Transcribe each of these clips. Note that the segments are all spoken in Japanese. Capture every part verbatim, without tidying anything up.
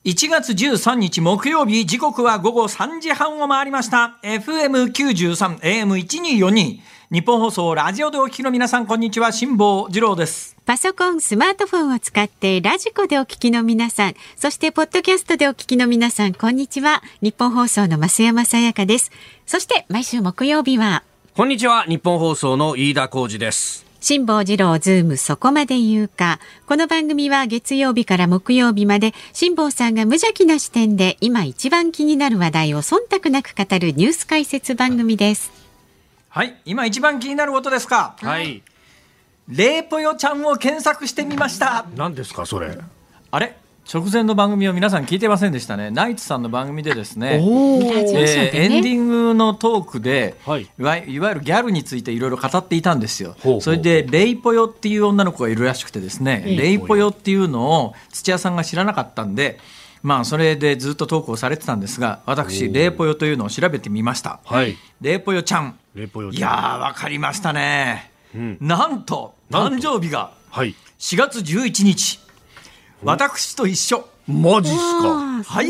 いちがつじゅうさんにち木曜日、時刻は午後さんじはんを回りました。エフエムきゅうじゅうさん、エーエムせんにひゃくよんじゅうに、日本放送ラジオでお聞きの皆さん、こんにちは、辛坊治郎です。 パソコン、スマートフォンを使ってラジコでお聞きの皆さん、そしてポッドキャストでお聞きの皆さん、こんにちは。日本放送の増山さやかです。そして毎週木曜日は、 こんにちは、日本放送の飯田浩司です。 辛坊治郎ズームそこまで言うか。この番組は月曜日から木曜日まで辛坊さんが無邪気な視点で今一番気になる話題を忖度なく語るニュース解説番組です。 はい、今一番気になることですか。 はい。 レイポヨちゃんを検索してみました。 何ですかそれ。 あれ、直前の番組を皆さん聞いてませんでしたね。ナイツさんの番組でですね、 おー、 えー、エンディングのトークで、 はい、 いわいわゆるギャルについていろいろ語っていたんですよ。 ほうほうほう。 それでレイポヨっていう女の子がいるらしくてですね、 うん、 レイポヨっていうのを土屋さんが知らなかったんで、まあそれでずっとトークをされてたんですが、私レイポヨというのを調べてみました。 はい、 レイポヨちゃん、 レイポヨちゃん、 いやーわかりましたね、うん、なんとなんと誕生日がしがつじゅういちにち、はい、私と一緒。 マジっすか。 はい、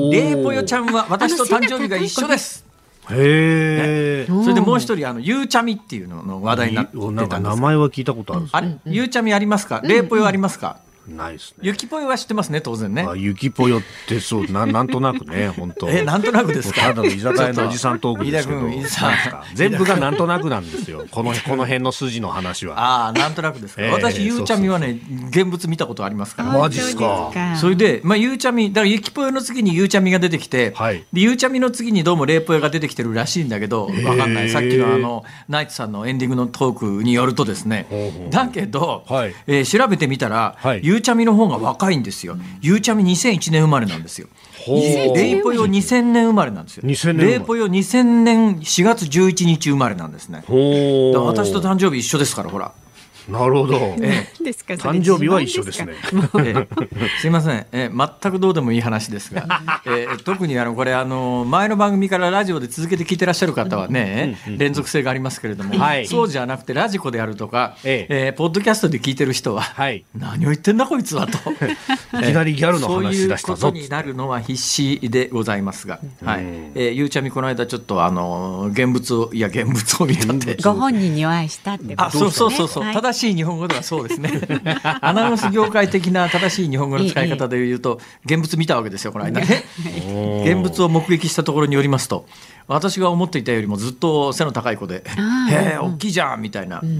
レイポヨちゃんは私と誕生日が一緒です。 へー、 ね、それでもう一人、あのゆうちゃみっていうのの話題になってたんです。 名前は聞いたことある。 あれ、ゆうちゃみありますか。レイポヨありますか。 ないですね。 ゆきぽよは知ってますね、当然ね。 あ、ゆきぽよってそう な, なんとなくね、本当。 え、なんとなくですか。 ただの居酒屋のおじさんトークですけど、 飯田君、飯田さん全部がなんとなくなんですよ。このこの辺の筋の話は。 ああ、なんとなくですか。えー、私ゆうちゃみはね、現物見たことありますから。 マジっすか。 それで、まあゆうちゃみ、だからゆきぽよの次にゆうちゃみが出てきて、はい、でゆうちゃみの次にどうもレイポヨが出てきてるらしいんだけど、わかんない。さっきのあのナイツさんのエンディングのトークによるとですね、ほうほう、だけど、はい、えー、調べてみたら、はい、ゆうちゃみの方が若いんですよ。ゆうちゃみにせんいちねん生まれなんですよ。レイポヨにせんねん生まれなんですよ。レイポヨにせんねんしがつじゅういちにち生まれなんですね。だから私と誕生日一緒ですから、ほら。 なるほど、ええ、誕生日は一緒ですね。 ええ、すいません、ええ、全くどうでもいい話ですが、ええ、特にあのこれあの前の番組からラジオで続けて聞いてらっしゃる方はね、うんうんうん、連続性がありますけれども、はい、そうじゃなくてラジコであるとか、えええー、ポッドキャストで聞いてる人は、はい、何を言ってんだこいつはといきなりギャルの話し出したぞ。 そういうことになるのは必死でございますが、はい、えー、ゆうちゃみこの間ちょっとあの現物をいや現物を見たってご本人にお会いしたってことですね。 あ、そうそうそうそう、はい、正しい日本語ではそうですねアナウンス業界的な正しい日本語の使い方で言うと、現物見たわけですよ、この間ね現物を目撃したところによりますと、私が思っていたよりもずっと背の高い子で、へえ大きいじゃんみたいな、うん、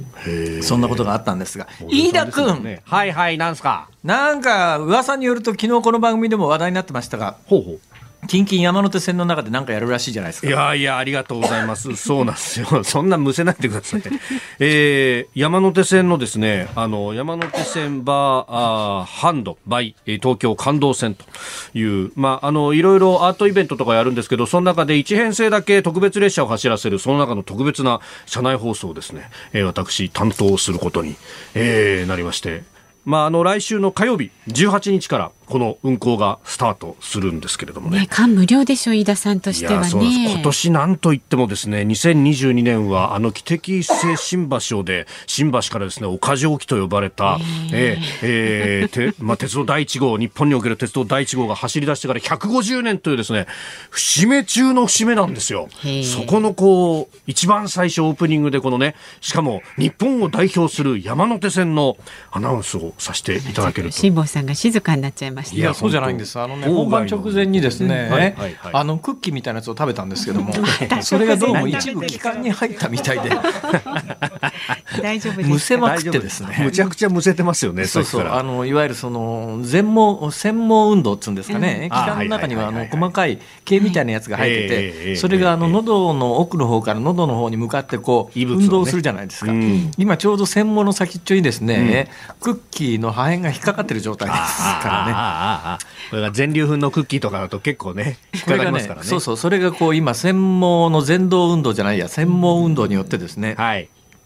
そんなことがあったんですが、飯田君、ね、 はいはい、なんすか。 なんか噂によると昨日この番組でも話題になってましたが、ほうほう、近々山手線の中で何かやるらしいじゃないですか。 いやいや、ありがとうございます。そうなんですよ。そんなむせないでください。えー、山手線のですね、あの山手線バーあーハンドバイ東京感動線という、まああのいろいろアートイベントとかやるんですけど、その中で一編成だけ特別列車を走らせる、その中の特別な車内放送をですね、えー、私担当することに、えー、なりまして。まあ、あの来週の火曜日じゅうはちにちからこの運行がスタートするんですけれどもね。 ね、感無量でしょ、飯田さんとしてはね。いや、そうです。 今年なんといってもですね、にせんにじゅうにねんはあの汽笛一斉新橋で新橋からですね岡城機と呼ばれた、えーえーてまあ、鉄道第一号、日本における鉄道第一号が走り出してからひゃくごじゅうねんというですね節目中の節目なんですよ。そこのこう一番最初オープニングでこのね、しかも日本を代表する山手線のアナウンスをさせていただけると。 辛坊さんが静かになっちゃいました。 いや、そうじゃないんです。あのね、本番直前にですね、うん、はいはいはい、あのクッキーみたいなやつを食べたんですけどもそれがどうも一部気管に入ったみたいで大丈夫ですか。 むせまくってですね、 むちゃくちゃむせてますよね。 そうそう、あのいわゆるその全毛専門運動っていうんですかね、うん、気管の中にはあの細かい毛みたいなやつが入ってて、はい、それがあの喉の奥の方から喉の方に向かってこう運動するじゃないですか、うん、今ちょうど専門の先っちょにですね、うん、クッキーの破片が引っかかってる状態ですからね。 ああ、これが全粒粉のクッキーとかだと結構ね引っかかりますからね。 そうそう、それがこう今専門の前動運動じゃないや専門運動によってですね、はい、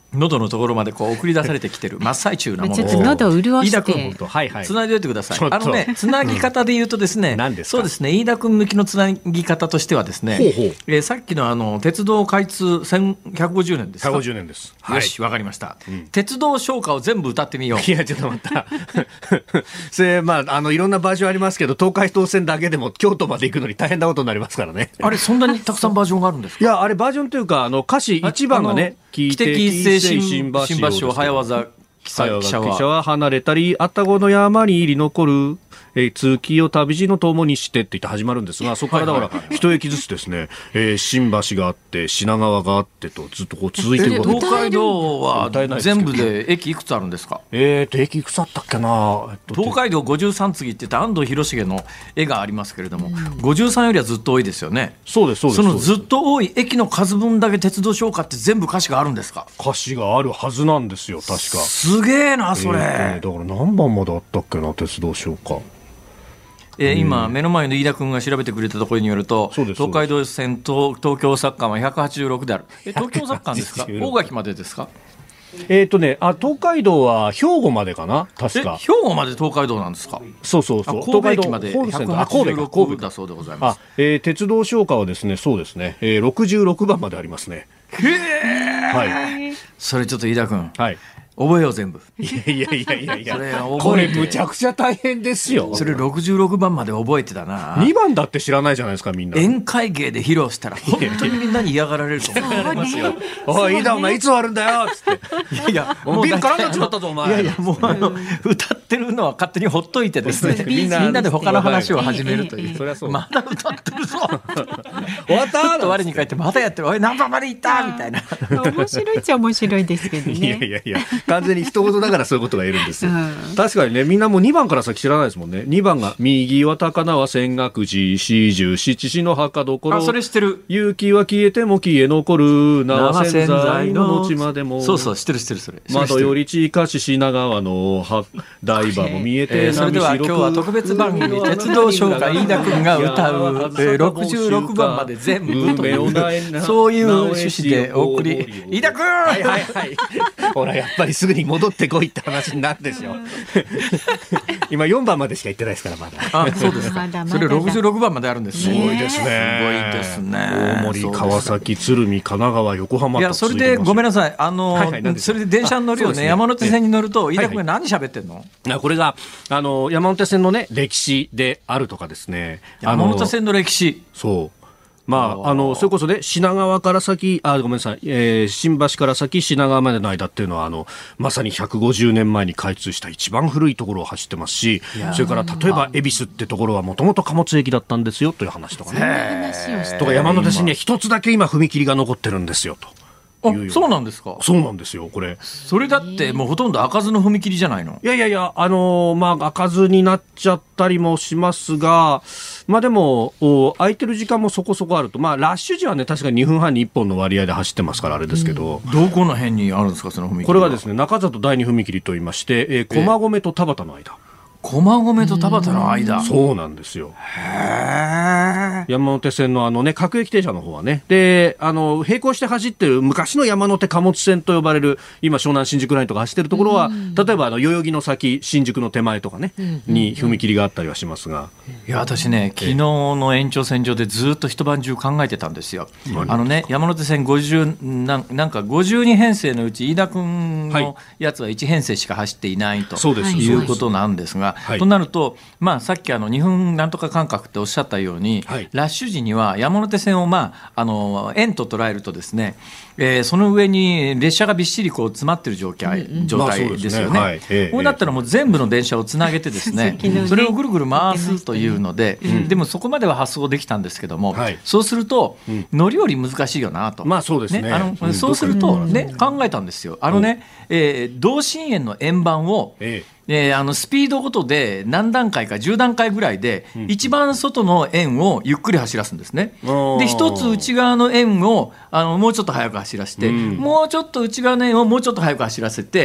喉のところまでこう送り出されてきてる真っ最中なものちょっと喉を潤して、飯田君、はいはい、つないでおいてください。あのね、つなぎ方で言うとですね、 うん、ですそうですね、飯田君向きのつなぎ方としてはですね、ほうほう、えー、さっきのあの鉄道開通せんひゃくごじゅうねんですか。 ひゃくごじゅうねんです。 よし、わかりました、うん。鉄道唱歌を全部歌ってみよう。 いや、ちょっと待った。それ、まあ、あのいろんなバージョンありますけど、東海道線だけでも京都まで行くのに大変なことになりますからね。 あれ、そんなにたくさんバージョンがあるんですか。 いや、あれバージョンというか、あの歌詞いちばんがね、 汽笛一斉新橋を早技汽車は離れたり、愛宕の山に入り残る、えー、月を旅路のともにしてって言って始まるんですが、そこからだから一駅ずつですね、えー、新橋があって品川があってとずっとこう続いてるわけです。 東海道は全部で駅いくつあるんですか。 えーと駅いくつあったっけな、えっと、 東海道ごじゅうさん次って言って安藤広重の絵がありますけれども、うん、ごじゅうさんよりはずっと多いですよね。 そうですそうです。 そのずっと多い駅の数分だけ鉄道唱歌って全部歌詞があるんですか。 歌詞があるはずなんですよ、確か。 すげえなそれ、 えーとね、だから何番まであったっけな、鉄道唱歌。 えー、今目の前の飯田君が調べてくれたところによると、東海道線と東京サッカーはひゃくはちじゅうろくである。え東京サッカーですか。大垣までですか。 えーとね、あ東海道は兵庫までかな、確か。 兵庫まで東海道なんですか。 そうそうそう、 神戸駅までひゃくはちじゅうろくだそうでございます。 あ、えー、鉄道唱歌はですね、そうですね、えー、ろくじゅうろくばんまでありますね。 へー、はい、それちょっと飯田君、はい、覚えよう全部。 いやいやいやいやいや、 それ覚えて、 これむちゃくちゃ大変ですよ。 それろくじゅうろくばんまで覚えてたな。 にばんだって知らないじゃないですか、みんな。 宴会芸で披露したら本当にみんなに嫌がられると思いますよ。 おい飯田お前いつ終わるんだよっつって。 いやいやもうビル絡んだっちまったぞお前。 いやいやもうあの歌ってるのは勝手にほっといてですね、みんなみんなで他の話を始めるという。まだ歌ってるぞ。終わったーと我に返ってまだやってる。おい何番まで行ったみたいな。 面白いっちゃ面白いですけどね。 いやいやいや完全に一言だからそういうことが言えるんですよ。うん、確かにね、みんなもうにばんから先知らないですもんね。にばんが右は高輪泉岳寺四十七支の墓所。 あ、それ知ってる。 勇気は消えても消え残る長千在の後までも。 そうそう知ってる知ってるそれ。 窓より近し品川の台場も見えて、 えー、それでは今日は特別番組鉄道唱歌飯田君が歌う、えー、ろくじゅうろくばんまで全部というそういう趣旨でお送り。飯田君はいはいはいほらやっぱりすぐに戻ってこいって話になるでしょ今よんばんまでしか言ってないですからまだ。 あ、そうですか。それろくじゅうろくばんまであるんです。 すごいですね。 すごいですね。 大森、川崎、鶴見、神奈川、横浜と。 いやそれでごめんなさい。あの、はいはい、それで電車に乗るよね。山手線に乗ると飯田君が何喋ってんの？ はいはい、これがあの山手線のね歴史であるとかですね。 山手線の歴史。 そう。まあ、あのそれこそね品川から先あごめんなさい、えー、新橋から先品川までの間っていうのはあのまさにひゃくごじゅうねんまえに開通した一番古いところを走ってますし、それから例えば恵比寿ってところはもともと貨物駅だったんですよという話とかね。とか山手線には一つだけ今踏切が残ってるんですよと。 あ、そうなんですか。 そうなんですよこれ。 それだってもうほとんど開かずの踏切じゃないの。 いやいやいやあのー、まあ開かずになっちゃったりもしますが、まあでも空いてる時間もそこそこあると。まあラッシュ時はね確かににふんはんにいっぽんの割合で走ってますからあれですけど、 うん、どこの辺にあるんですかその踏切。 これがですね中里第二踏切といいまして、えー、駒込と田端の間。 駒込と田端の間。 そうなんですよ。 へー。 山手線のあのね各駅停車の方はねであの並行して走ってる昔の山手貨物線と呼ばれる今湘南新宿ラインとか走ってるところは例えばあの代々木の先新宿の手前とかねに踏切があったりはしますが、 いや私ね昨日の延長線上でずっと一晩中考えてたんですよ。あのね山手線ごじゅうな ん, なんかごじゅうにへんせいのうち飯田君のやつはいちへんせいしか走っていないということなんですが、はい、となると、まあ、さっきあのにふんなんとか間隔っておっしゃったように、はい、ラッシュ時には山手線を、まあ、あの円と捉えるとですね、えー、その上に列車がびっしりこう詰まってる状態、うんうん、状態ですよね。まあ、そうですね。はい、こうなったらもう全部の電車をつなげてですね、ええ、それをぐるぐる回すというので、うん、でもそこまでは発想できたんですけども、はい、そうすると、うん、乗り降り難しいよなと、 まあそうですね、 ねあのうん、そうすると、ね、考えたんですよ。あのね、えー、同心円の円盤を、えええー、あのスピードごとで何段階かじゅうだんかいぐらいで、うん、一番外の円をゆっくり走らすんですね。で一つ内側の円をあのもうちょっと速く走らせて、うん、もうちょっと内側の円をもうちょっと速く走らせて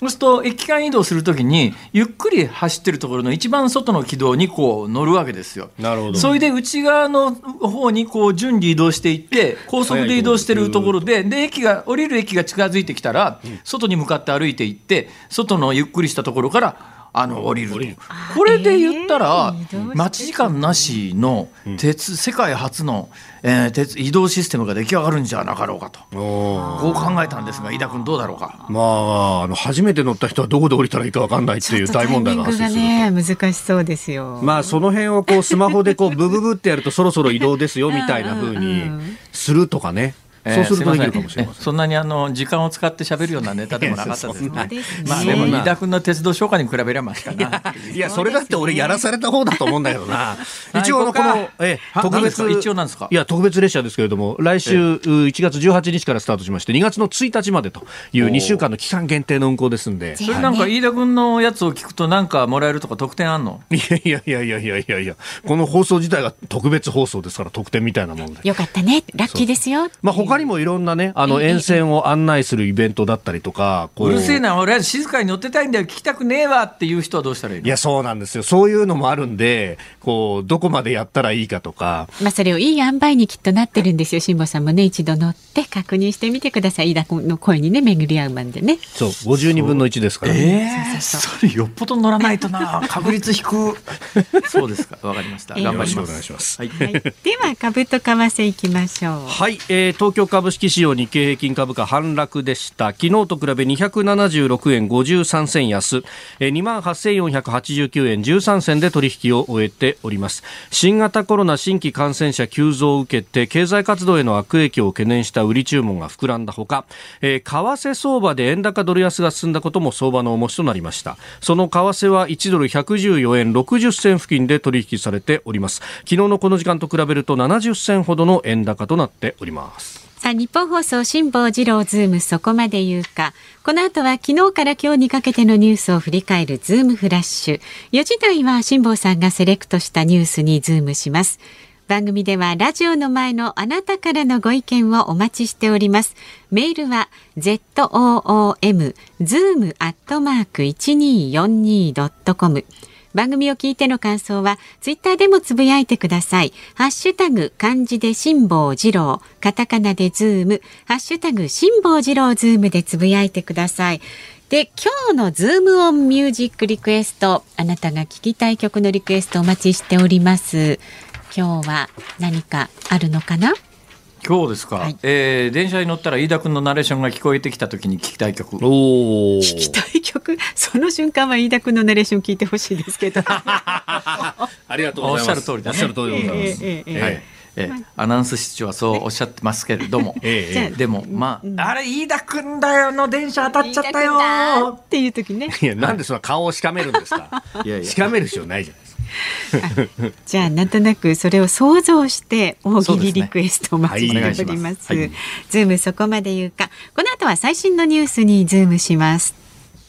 そうすると駅間移動するときにゆっくり走ってるところの一番外の軌道にこう乗るわけですよ。 なるほど。 それで内側の方にこう順次移動していって高速で移動してるところで、で駅が降りる駅が近づいてきたら外に向かって歩いていって外のゆっくりしたところからあの降りるという。これで言ったら待ち時間なしの鉄、世界初の、えー、鉄移動システムが出来上がるんじゃなかろうかとこう考えたんですが、飯田君どうだろうか。 まあ、あの初めて乗った人はどこで降りたらいいか分かんないっていう大問題が発生すると。 タイミングがね難しそうですよ。 まあその辺をこうスマホでこうブブブってやるとそろそろ移動ですよみたいな風にするとかね。そうするとできるかもしれません。 そんなにあの時間を使って喋るようなネタでもなかったですね。まあでも飯田君の鉄道消化に比べればマシかな。 いやそれだって俺やらされた方だと思うんだけどな。一応のこのえ特別一応なんですか。 いや特別列車ですけれども、来週いちがつじゅうはちにちからスタートしましてにがつのついたちまでというにしゅうかんの期間限定の運行ですんで。 それなんか飯田君のやつを聞くとなんかもらえるとか特典あんの？ いやいやいやいやいやいや、この放送自体が特別放送ですから特典みたいなもんで。 よかったね、ラッキーですよ。 まあ他にもいろんなね、あの沿線を案内するイベントだったりとか、こううるせえな俺は静かに乗ってたいんだよ聞きたくねえわっていう人はどうしたらいいの？ いやそうなんですよ。そういうのもあるんで、こうどこまでやったらいいかとか、 まあそれをいい塩梅にきっとなってるんですよ。辛坊さんもね一度乗って確認してみてください。飯田君の声にね巡り合うまでね。 そうごじゅうにぶんのいちですから、 ね。えー、それよっぽど乗らないとな確率低く。そうですか、わかりました。頑張ります。お願いします。 はいはい、では株と為替いきましょう。 はい、えー、東京株式市場日経平均株価反落でした。昨日と比べにひゃくななじゅうろくえんごじゅうさんせん安、えー、にまんはっせんよんひゃくはちじゅうきゅうえんじゅうさんせんで取引を終えております。新型コロナ新規感染者急増を受けて経済活動への悪影響を懸念した売り注文が膨らんだほか、えー、為替相場で円高ドル安が進んだことも相場の重しとなりました。その為替はいちドルひゃくじゅうよえんろくじゅっせん付近で取引されております。昨日のこの時間と比べるとななじゅっせんほどの円高となっております。 さあ日本放送辛坊治郎ズームそこまで言うか。この後は昨日から今日にかけてのニュースを振り返るズームフラッシュ。よじ台は辛坊さんがセレクトしたニュースにズームします。番組ではラジオの前のあなたからのご意見をお待ちしております。メールは ズーム ズーム アットマーク いちにーよんにー ドットコム。番組を聞いての感想はツイッターでもつぶやいてください。ハッシュタグ漢字で辛坊治郎、カタカナでズーム、ハッシュタグ辛坊治郎ズームでつぶやいてください。で、今日のズームオンミュージックリクエスト、あなたが聞きたい曲のリクエストお待ちしております。今日は何かあるのかな？ 今日ですか、はい、えー、電車に乗ったら飯田君のナレーションが聞こえてきた時に聞きたい曲。 お聞きたい曲、その瞬間は飯田君のナレーション聞いてほしいですけどありがとうございます。 おっしゃる通りだね。 おっしゃる通りでございます。 えーえーはいえー、アナウンス室長はそうおっしゃってますけれども、ええ、でもまあ、うん、あれ飯田君だよの電車当たっちゃったよっていう時ね。 いやなんでそんな顔をしかめるんですか。いやいやしかめる必要ないじゃないですか。 じゃあなんとなくそれを想像して大喜利リクエストをお待ちしております。ズームそこまで言うか。この後は最新のニュースにズームします。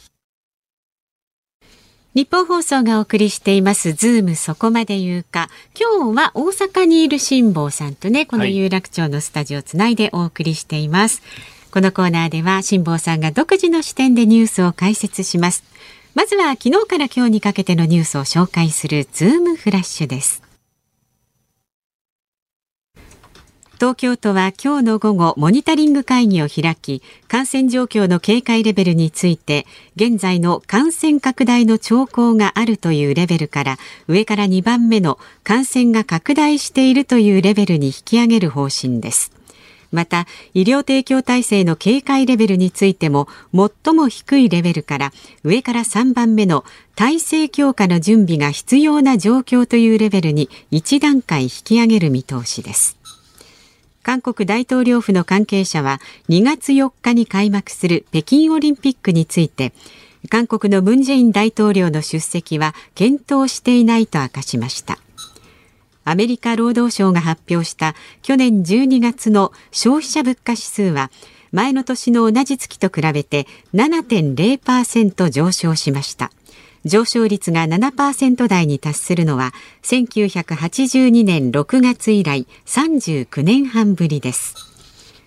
日本放送がお送りしていますズームそこまで言うか。今日は大阪にいる辛坊さんとね、この有楽町のスタジオをつないでお送りしています。はい、このコーナーでは辛坊さんが独自の視点でニュースを解説します。まずは昨日から今日にかけてのニュースを紹介するズームフラッシュです。東京都は今日の午後モニタリング会議を開き、感染状況の警戒レベルについて現在の感染拡大の兆候があるというレベルから上からにばんめの感染が拡大しているというレベルに引き上げる方針です。また医療提供体制の警戒レベルについても最も低いレベルから上からさんばんめの体制強化の準備が必要な状況というレベルにいち段階引き上げる見通しです。韓国大統領府の関係者はにがつよっかに開幕する北京オリンピックについて韓国のムン・ジェイン大統領の出席は検討していないと明かしました。アメリカ労働省が発表した去年じゅうにがつの消費者物価指数は前の年の同じ月と比べて ななてんれいパーセント 上昇しました。上昇率が ななパーセント 台に達するのはせんきゅうひゃくはちじゅうにねんろくがつ以来さんじゅうきゅうねんはんぶりです。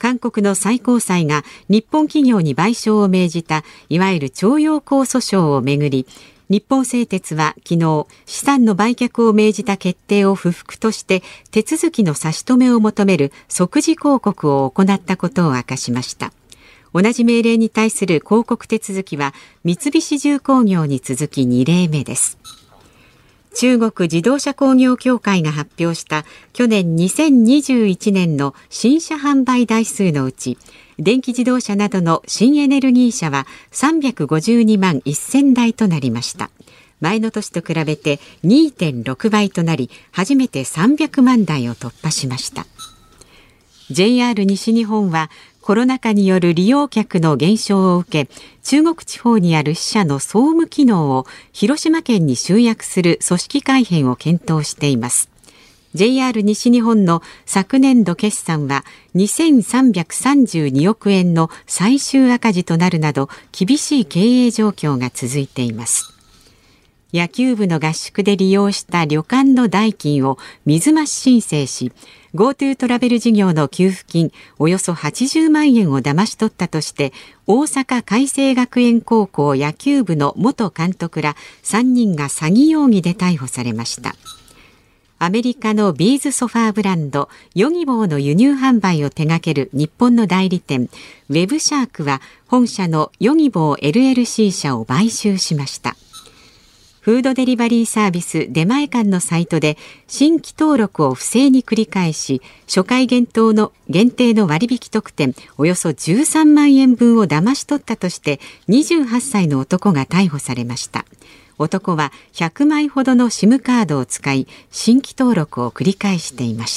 韓国の最高裁が日本企業に賠償を命じたいわゆる徴用工訴訟をめぐり、日本製鉄は昨日資産の売却を命じた決定を不服として手続きの差し止めを求める即時抗告を行ったことを明かしました。同じ命令に対する抗告手続きは三菱重工業に続きに例目です。中国自動車工業協会が発表した去年にせんにじゅういちねんの新車販売台数のうち、電気自動車などの新エネルギー車はさんびゃくごじゅうにまんせんだいとなりました。前の年と比べて にてんろくばいとなり、初めてさんびゃくまんだいを突破しました。 ジェイアール 西日本はコロナ禍による利用客の減少を受け、中国地方にある支社の総務機能を広島県に集約する組織改編を検討しています。ジェイアール 西日本の昨年度決算はにせんさんびゃくさんじゅうにおくえんの最終赤字となるなど、厳しい経営状況が続いています。野球部の合宿で利用した旅館の代金を水増し申請し、 GoTo トラベル事業の給付金およそはちじゅうまんえんを騙し取ったとして、大阪偕星学園高校野球部の元監督らさんにんが詐欺容疑で逮捕されました。アメリカのビーズソファーブランドヨギボーの輸入販売を手掛ける日本の代理店ウェブシャークは、本社のヨギボー エルエルシー 社を買収しました。フードデリバリーサービス出前館のサイトで新規登録を不正に繰り返し、初回限定の限定の割引特典およそじゅうさんまんえんぶんを騙し取ったとしてにじゅうはっさいの男が逮捕されました。男はひゃくまいほどの シム カードを使い、新規登録を繰り返していました。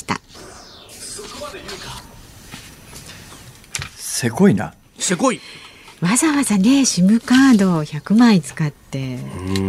せこいな。 せこい。 わざわざね シム カードをひゃくまい使って、 うん、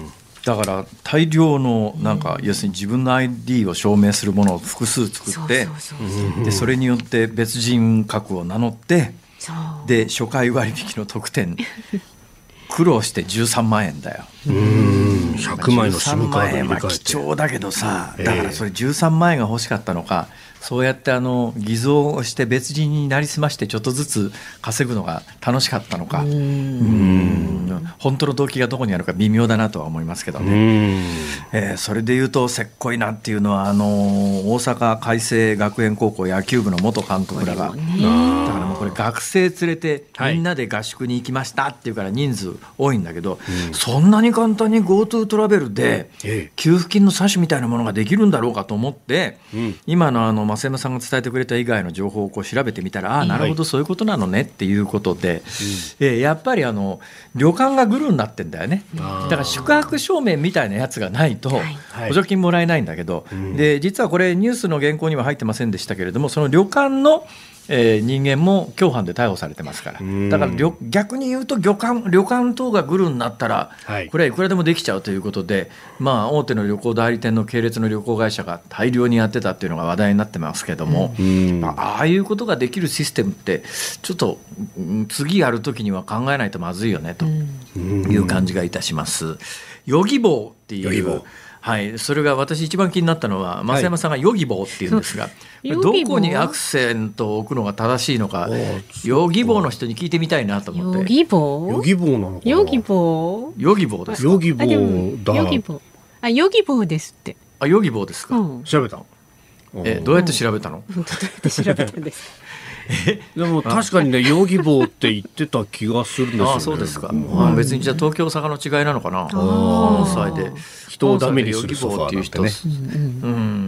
だから大量のなんか、うん、要するに自分の アイディー を証明するものを複数作って、でそれによって別人格を名乗って、で初回割引の特典苦労してじゅうさんまんえんだよ。 うーんひゃくまいの シム カードに入れ替えて、じゅうさんまんえんは貴重だけどさ、だからそれじゅうさんまんえんが欲しかったのか、そうやってあの偽造をして別人になりすましてちょっとずつ稼ぐのが楽しかったのか、うーん本当の動機がどこにあるか微妙だなとは思いますけどね。うーん、えー、それでいうとせっこいなっていうのは、あの大阪偕星学園高校野球部の元監督らが、だからもうこれ学生連れてみんなで合宿に行きましたっていうから人数多いんだけど、はい、そんなに簡単に GoTo トラベルで給付金の詐取みたいなものができるんだろうかと思って、うん、今のあの増山さんが伝えてくれた以外の情報をこう調べてみたら、ああなるほどそういうことなのねっていうことで、はい、えー、やっぱりあの旅館がグルになってんだよね。だから宿泊証明みたいなやつがないと補助金もらえないんだけど、はい、で実はこれニュースの原稿には入ってませんでしたけれども、その旅館のえー、人間も共犯で逮捕されてますから、だから逆に言うと旅館、旅館等がグルになったら、はい、これはいくらでもできちゃうということで、まあ、大手の旅行代理店の系列の旅行会社が大量にやってたっていうのが話題になってますけども、まあ、ああいうことができるシステムってちょっと次やるときには考えないとまずいよねという感じがいたします。ヨギボーっていうはい、それが私一番気になったのは増山さんがヨギボーっていうんですが、はい、どこにアクセントを置くのが正しいのかヨギボーの人に聞いてみたいなと思って。 ヨギボーヨギボーなのかな。 ヨギボーヨギボーですか。 ヨギボーだ。 ヨギボー、あ、ヨギボーですって。 あ、ヨギボーですか、うん、 調べたの。 えどうやって調べたの。 どうやって調べたんですでも確かにねヨギボーって言ってた気がするんですよね。 ああそうですか、うん、あ別にじゃあ東京大阪の違いなのかな。関西で人をダメにするソファーなんてね、 うん、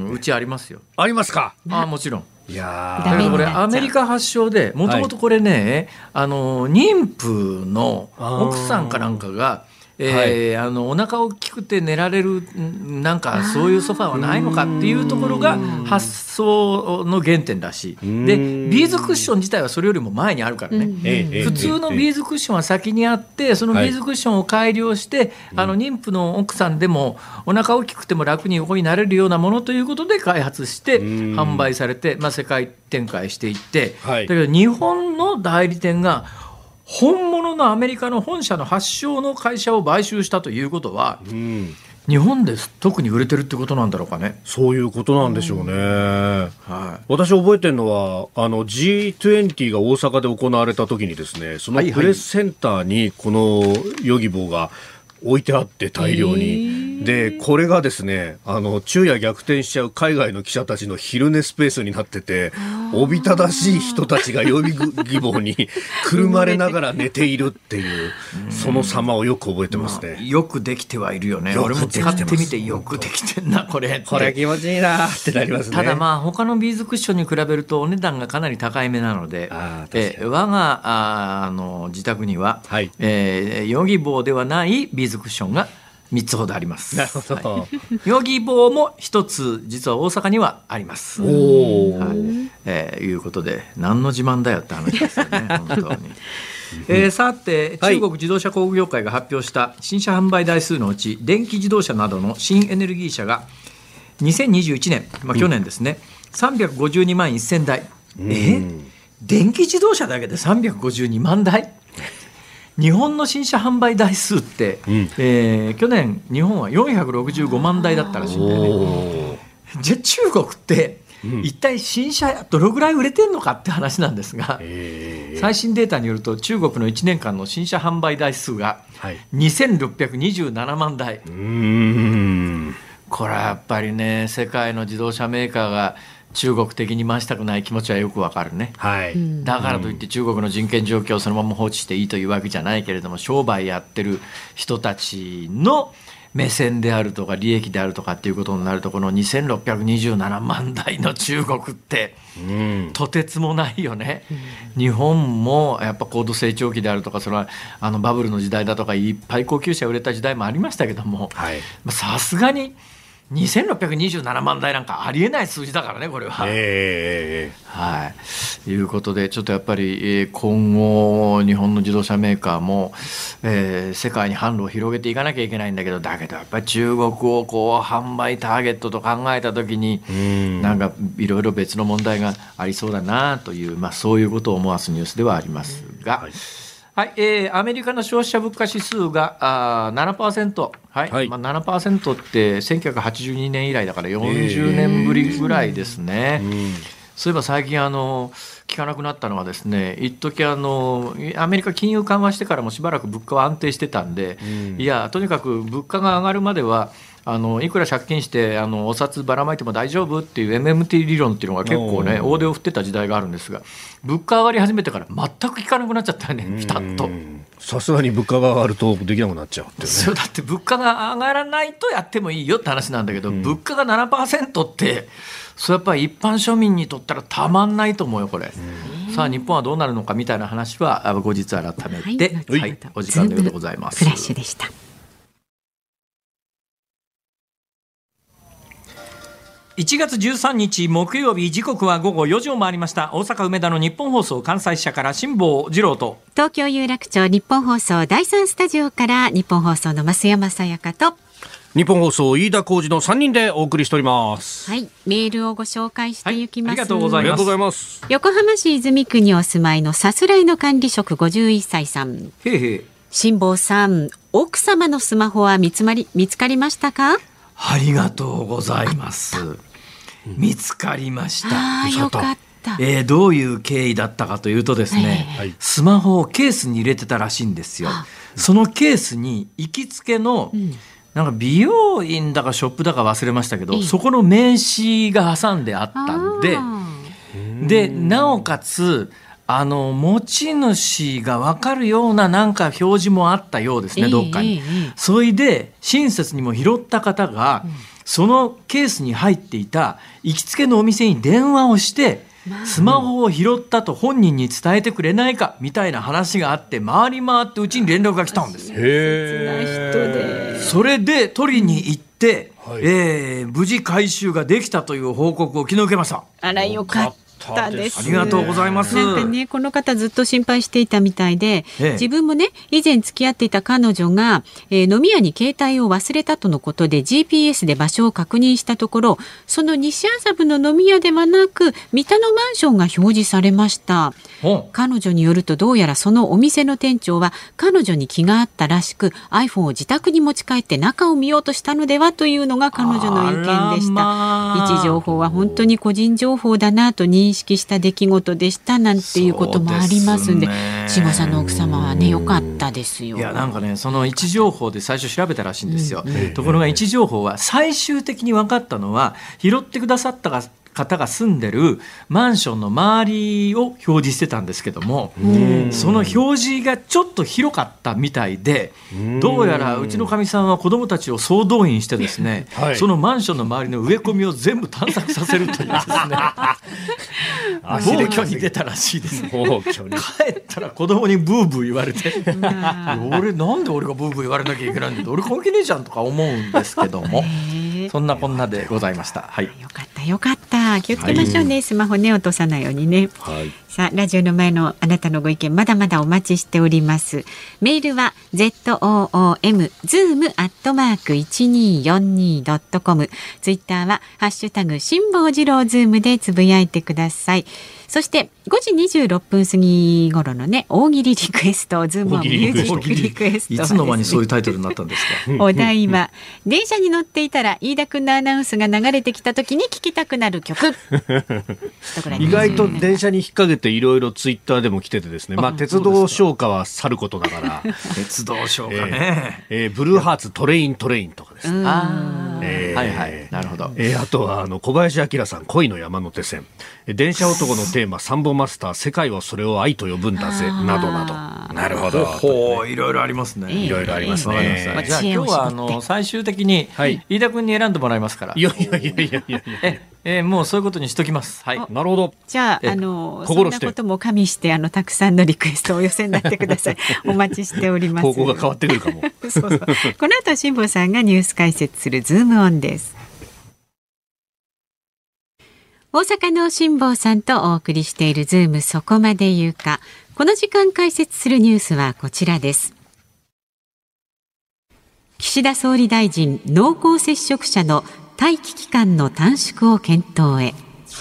うちありますよ。 ありますか。 あもちろん。 いやだからこれアメリカ発祥で、もともとこれね、はい、あの妊婦の奥さんかなんかがえーはい、あのお腹大きくて寝られるなんかそういうソファーはないのかっていうところが発想の原点らしい。でビーズクッション自体はそれよりも前にあるからね。普通のビーズクッションは先にあって、そのビーズクッションを改良して、はい、あの妊婦の奥さんでもお腹大きくても楽に横になれるようなものということで開発して販売されて、まあ、世界展開していって、はい、だけど日本の代理店が本物のアメリカの本社の発祥の会社を買収したということは、うん、 日本です特に売れてるってことなんだろうかね。 そういうことなんでしょうね、 はい、 私覚えてるのはあの ジーにじゅう が大阪で行われた時にですね、そのプレスセンターにこのヨギボーが置いてあって大量に、でこれがですね、あの昼夜逆転しちゃう海外の記者たちの昼寝スペースになってて、おびただしい人たちがヨギボーにくるまれながら寝ているっていうその様をよく覚えてますね、 まあ、よくできてはいるよね。俺も使ってみてよくできてんなこれこれ気持ちいいなってなりますね。 ただまあ他のビーズクッションに比べるとお値段がかなり高いめなので、え我が あ, あの自宅には、はい、えー、ヨギボーではないビーズクッションがみっつほどあります。 なるほど、 はい、ヨギボーもひとつ実は大阪にはあります。 おー、 はい、えー、いうことで何の自慢だよって話ですよね本当に。えー、さて中国自動車工業会が発表した新車販売台数のうち電気自動車などの新エネルギー車がにせんにじゅういちねん、まあ、去年ですね、うん、さんびゃくごじゅうにまんせんだい、うん、えー、電気自動車だけでさんびゃくごじゅうにまんだい日本の新車販売台数って、うん、えー、去年日本はよんひゃくろくじゅうごまんだいだったらしいんだよね。じゃあ中国って一体新車どのぐらい売れてんのかって話なんですが、最新データによると中国のいちねんかんの新車販売台数がにせんろっぴゃくにじゅうななまんだい、はい、うーん、これはやっぱりね、世界の自動車メーカーが中国的に回したくない気持ちはよくわかるね、はい、だからといって中国の人権状況をそのまま放置していいというわけじゃないけれども、商売やってる人たちの目線であるとか利益であるとかっていうことになると、このにせんろっぴゃくにじゅうななまんだいの中国ってとてつもないよね、うん、日本もやっぱ高度成長期であるとか、それはあのバブルの時代だとかいっぱい高級車売れた時代もありましたけども、さすがににせんろっぴゃくにじゅうななまんだいなんかありえない数字だからねこれは、えーはい、いうことでちょっとやっぱり今後日本の自動車メーカーも、えー、世界に販路を広げていかなきゃいけないんだけど、だけどやっぱり中国をこう販売ターゲットと考えた時になんかいろいろ別の問題がありそうだなという、まあ、そういうことを思わすニュースではありますが、はいはい、えー、アメリカの消費者物価指数があ ななパーセント、はいはい、まあ、ななパーセント ってせんきゅうひゃくはちじゅうにねん以来だからよんじゅうねんぶりぐらいですね、えーうん、そういえば最近あの聞かなくなったのはですね、一時あのアメリカ金融緩和してからもしばらく物価は安定してたんで、うん、いやとにかく物価が上がるまではあのいくら借金してあのお札ばらまいても大丈夫っていう エムエムティー 理論っていうのが結構ね大手を振ってた時代があるんですが、物価上がり始めてから全く効かなくなっちゃったよね、ピタッと。 さすがに物価が上がるとできなくなっちゃうっていうね。 そうだって物価が上がらないとやってもいいよって話なんだけど、うん、物価が ななパーセント ってそれやっぱり一般庶民にとったらたまんないと思うよこれ、うん、さあ日本はどうなるのかみたいな話は後日改めて、はいはい、お時間のようでございます。 フラッシュでした。 いちがつじゅうさんにち木曜日、時刻は午後よじを回りました。大阪梅田の日本放送関西支社から辛坊治郎と、 東京有楽町日本放送だいさんスタジオから日本放送の増山さやかと日本放送飯田浩司のさんにんでお送りしております。 はい、メールをご紹介していきます、はい、 ありがとうございます。 横浜市泉区にお住まいのさすらいの管理職ごじゅういっさいさん。 へーへー。 辛坊さん、奥様のスマホは見つまり見つかりましたか？ ありがとうございます。見つかりました。 あ、よかった。 えー、どういう経緯だったかというとですね、はい、スマホをケースに入れてたらしいんですよ。そのケースに行きつけの、うん、なんか美容院だかショップだか忘れましたけど、そこの名刺が挟んであったんで、でなおかつあの持ち主が分かるようななんか表示もあったようですね、どっかに、えーえー、それで親切にも拾った方が、うん、そのケースに入っていた行きつけのお店に電話をしてスマホを拾ったと本人に伝えてくれないかみたいな話があって、回り回ってうちに連絡が来たんですよ。 へー。 それで取りに行って、はい、えー、無事回収ができたという報告を昨日受けました。 あらよかった。 たです。 ありがとうございます。 なんかね、この方ずっと心配していたみたいで、ええ、自分もね以前付き合っていた彼女が、えー、飲み屋に携帯を忘れたとのことで ジーピーエス で場所を確認したところ、その西麻布の飲み屋ではなく三田のマンションが表示されました。彼女によると、どうやらそのお店の店長は彼女に気があったらしく iPhone を自宅に持ち帰って中を見ようとしたのではというのが彼女の意見でした。まあ、位置情報は本当に個人情報だなと認識した出来事でしたなんていうこともありますんで、慎吾さんの奥様はね良かったですよ。 いやなんかね、その位置情報で最初調べたらしいんですよ、うん、ところが位置情報は最終的に分かったのは、拾ってくださった方が住んでるマンションの周りを表示してたんですけども、その表示がちょっと広かったみたいで、どうやらうちのかみさんは子どもたちを総動員してですね、はい、そのマンションの周りの植え込みを全部探索させるというですね暴挙に出たらしいですね。帰ったら子供にブーブー言われて俺なんで俺がブーブー言われなきゃいけないんだ、俺関係ねえじゃんとか思うんですけども、そんなこんなでございました。はい、 よかったよかった。気をつけましょうね、はい、スマホね落とさないようにね、はい、さあラジオの前のあなたのご意見まだまだお待ちしております。メールは ズーム ズーム アットマーク いちにーよんにー ドットコム、 ツイッターはハッシュタグ辛坊治郎ズームでつぶやいてください。そしてごじにじゅうろっぷん過ぎ頃のね大喜利リクエスト、ズームはミュージックリクエスト、 いつの間にそういうタイトルになったんですか。 お題は電車に乗っていたら飯田くんのアナウンスが流れてきた時に聴きたくなる曲意外と電車に引っ掛けていろいろツイッターでも来ててですね、まあ、鉄道消化はさることだから鉄道消化ね、 えーえー、ブルーハーツトレイントレインとかですね、 あ、えー、はいはいなるほど、 えー、あとはあの小林明さん恋の山手線、電車男のテーマサンボマスター世界はそれを愛と呼ぶんだぜなどなど。なるほど、 ほういろいろありますね、 いろいろありますね、 まあ、じゃあ今日はあの最終的に飯田君に選んでもらいますから、 いやいやいやいやいやええー、もうそういうことにしときます。はい、 なるほど。 じゃあ、あのそんなことも加味してあのたくさんのリクエストをお寄せになってください。お待ちしております。 方向が変わってくるかも。 そうそう。この後辛坊さんがニュース解説するズームオンです。大阪の辛坊さんとお送りしているズームそこまで言うか。この時間解説するニュースはこちらです。岸田総理大臣、濃厚接触者の待機期間の短縮を検討へ。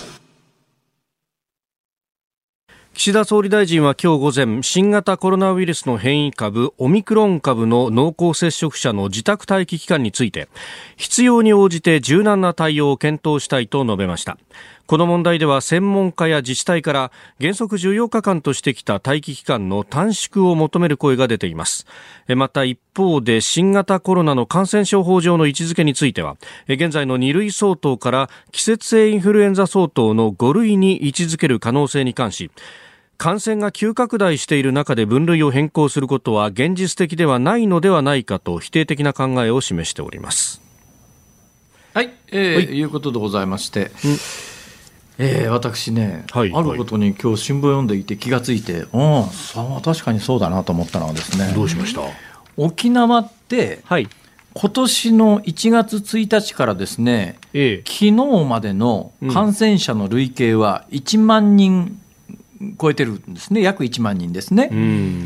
岸田総理大臣は今日午前、新型コロナウイルスの変異株オミクロン株の濃厚接触者の自宅待機期間について、必要に応じて柔軟な対応を検討したいと述べました。この問題では専門家や自治体から原則じゅうよっかかんとしてきた待機期間の短縮を求める声が出ています。また一方で新型コロナの感染症法上の位置づけについては、現在のに類相当から季節性インフルエンザ相当のご類に位置づける可能性に関し、感染が急拡大している中で分類を変更することは現実的ではないのではないかと否定的な考えを示しております。 はい、えー、はい、いうことでございまして、えー、私ね、はい、あることに今日新聞読んでいて気がついて、うん、さあ確かにそうだなと思ったのはですね、 どうしました？ 沖縄って、はい、今年のいちがつついたちからですね、ええ、昨日までの感染者の累計はいちまんにん超えてるんですね、約いちまんにんですね。うん、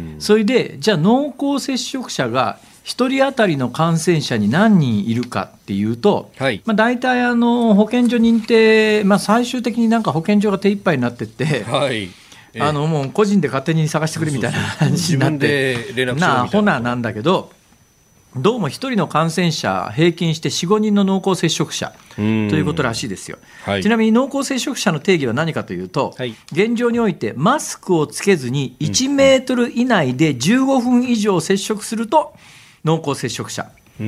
それでじゃあ濃厚接触者がひとり当たりの感染者に何人いるかっていうと、はい、まあ、大体あの保健所認定、まあ、最終的になんか保健所が手一杯になってって、はい、えー、あのもう個人で勝手に探してくれみたいな話になってなあほななんだけど、どうもひとりの感染者平均して よん、ごにんの濃厚接触者ということらしいですよ。はい、ちなみに濃厚接触者の定義は何かというと、はい、現状においてマスクをつけずにいちメートル以内でじゅうごふん以上接触すると濃厚接触者。うん、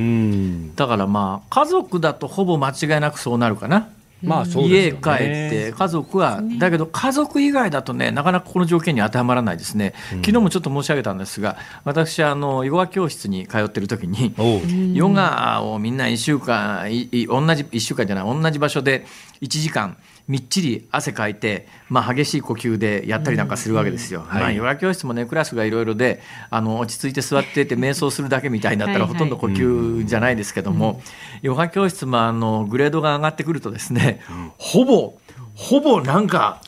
だからまあ家族だとほぼ間違いなくそうなるかな。まあそうですよね、家帰って家族は、だけど家族以外だとねなかなかこの条件に当てはまらないですね。昨日もちょっと申し上げたんですが、私あのヨガ教室に通ってる時にヨガをみんないっしゅうかんいい同じいっしゅうかんじゃない同じ場所でいちじかんみっちり汗かいて、まあ、激しい呼吸でやったりなんかするわけですよ。まあ、ヨガ教室もねクラスがいろいろであの落ち着いて座ってて瞑想するだけみたいになったらほとんど呼吸じゃないですけども、はいはい、ヨガ教室もあのグレードが上がってくるとですね、うん、ほぼほぼなんか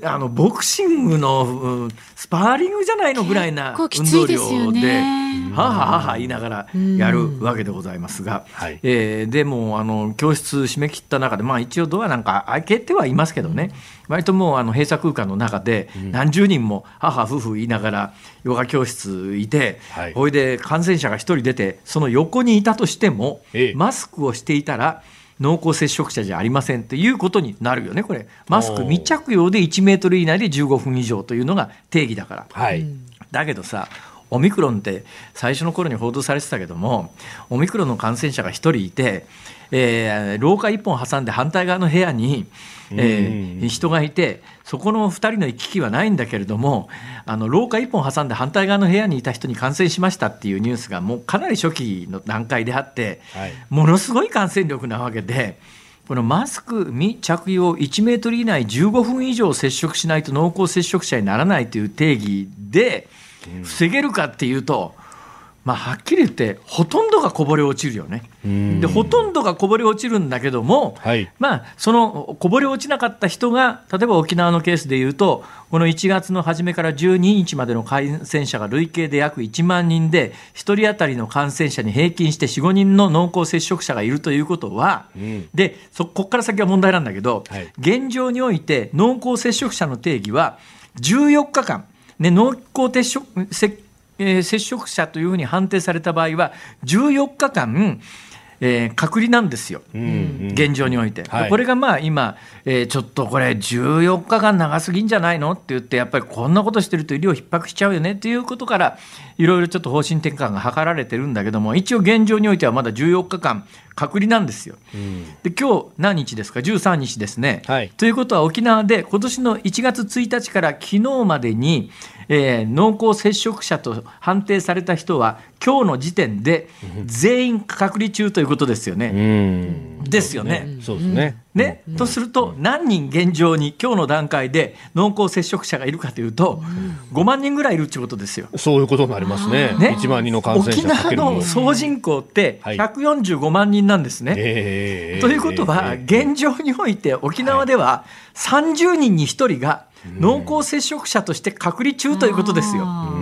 あのボクシングのスパーリングじゃないのぐらいな運動量ではははは言いながらやるわけでございますが、はい、えー、でもあの教室締め切った中で、まあ、一応ドアなんか開けてはいますけどね、割ともうあの閉鎖空間の中で何十人も母夫婦言いながらヨガ教室いて、はい、ほいで感染者が一人出てその横にいたとしても、ええ、マスクをしていたら濃厚接触者じゃありませんということになるよね。これマスク未着用でいちメートル以内でじゅうごふん以上というのが定義だから、はい、だけどさ、オミクロンって最初の頃に報道されてたけども、オミクロンの感染者がひとりいて、えー、廊下いっぽん挟んで反対側の部屋に、えー、人がいて、そこのふたりの行き来はないんだけれども、あの廊下いっぽん挟んで反対側の部屋にいた人に感染しましたっていうニュースがもうかなり初期の段階であって、はい、ものすごい感染力なわけで、このマスク未着用いちメートル以内じゅうごふん以上接触しないと濃厚接触者にならないという定義で防げるかっていうと、まあ、はっきり言ってほとんどがこぼれ落ちるよね。でほとんどがこぼれ落ちるんだけども、はい、まあ、そのこぼれ落ちなかった人が、例えば沖縄のケースでいうと、このいちがつの初めからじゅうににちまでの感染者が累計で約いちまんにんで、ひとり当たりの感染者に平均してよん、ごにんの濃厚接触者がいるということは、うん、でそこから先は問題なんだけど、はい、現状において濃厚接触者の定義はじゅうよっかかん、ね、濃厚接触接えー、接触者というふうに判定された場合はじゅうよっかかん、えー、隔離なんですよ、うんうん、現状において、はい、これがまあ今、えー、ちょっとこれじゅうよっかかん長すぎんじゃないのって言って、やっぱりこんなことしてると医療逼迫しちゃうよねっていうことから、いろいろちょっと方針転換が図られてるんだけども、一応現状においてはまだじゅうよっかかん隔離なんですよ、うん、で今日何日ですか、じゅうさんにちですね、はい、ということは沖縄で今年のいちがつついたちから昨日までに、えー、濃厚接触者と判定された人は今日の時点で全員隔離中ということですよね。うんですよね。 そうですね。 ね、うん、とすると何人現状に今日の段階で濃厚接触者がいるかというと、ごまんにんぐらいいるってことですよ。 そういうことになりますね。ね、いちまんにんの感染者かける沖縄の総人口ってひゃくよんじゅうごまんにんなんですね、はい、えー、ということは現状において沖縄ではさんじゅうにんにひとりが濃厚接触者として隔離中ということですよ。うん、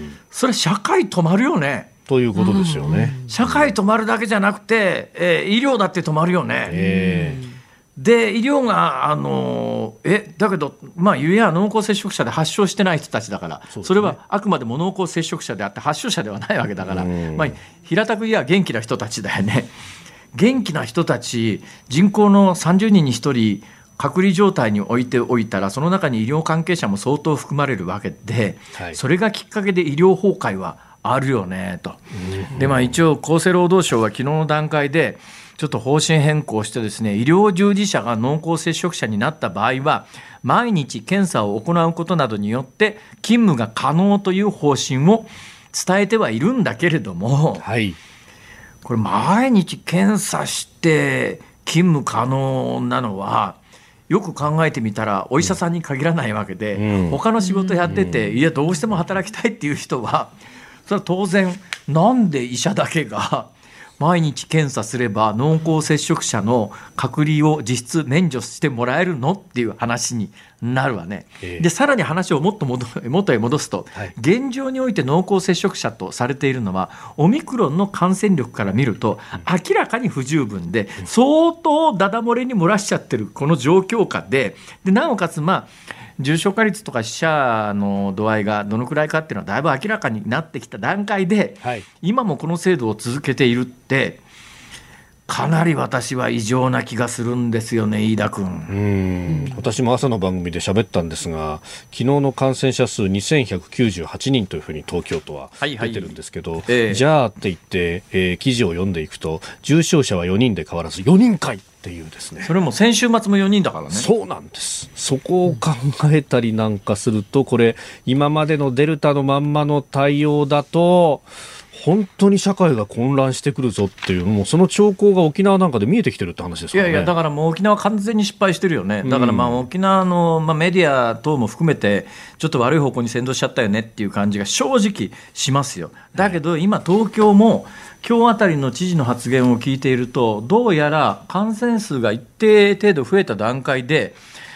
それ社会止まるよね。 ということですよね。 社会止まるだけじゃなくて、えー、医療だって止まるよね。えーで医療があのえだけど、まあ、ゆえは濃厚接触者で発症してない人たちだから、 そ, ね、それはあくまでも濃厚接触者であって発症者ではないわけだから、まあ、平たく言えば元気な人たちだよね。元気な人たち、人口のさんじゅうにんにひとり隔離状態に置いておいたら、その中に医療関係者も相当含まれるわけで、はい、それがきっかけで医療崩壊はあるよねと。で、まあ、一応厚生労働省は昨日の段階でちょっと方針変更してですね、医療従事者が濃厚接触者になった場合は毎日検査を行うことなどによって勤務が可能という方針を伝えてはいるんだけれども、はい、これ毎日検査して勤務可能なのはよく考えてみたらお医者さんに限らないわけで、うん、他の仕事やってて、うん、いやどうしても働きたいっていう人はそれは当然、なんで医者だけが毎日検査すれば濃厚接触者の隔離を実質免除してもらえるのっていう話になるわね。えー、でさらに話をもっと元元へ戻すと、はい、現状において濃厚接触者とされているのはオミクロンの感染力から見ると明らかに不十分で、相当ダダ漏れに漏らしちゃってるこの状況下で、でなおかつまあ重症化率とか死者の度合いがどのくらいかっていうのはだいぶ明らかになってきた段階で、はい、今もこの制度を続けているってかなり私は異常な気がするんですよね、飯田君。うーん、私も朝の番組で喋ったんですが、昨日の感染者数にせんひゃくきゅうじゅうはちにんというふうに東京都は出てるんですけど、はいはい、えー、じゃあって言って、えー、記事を読んでいくと重症者はよにんで変わらずよにんかいっていうですね。 それも先週末もよにんだからね。 そうなんです。そこを考えたりなんかすると、これ今までのデルタのまんまの対応だと本当に社会が混乱してくるぞっていう、もうその兆候が沖縄なんかで見えてきてるって話ですからね。 いやいや、だからもう沖縄完全に失敗してるよね。だからまあ沖縄のまあメディア等も含めてちょっと悪い方向に先導しちゃったよねっていう感じが正直しますよ。だけど今東京も今日あたりの知事の発言を聞いていると、どうやら感染数が一定程度増えた段階で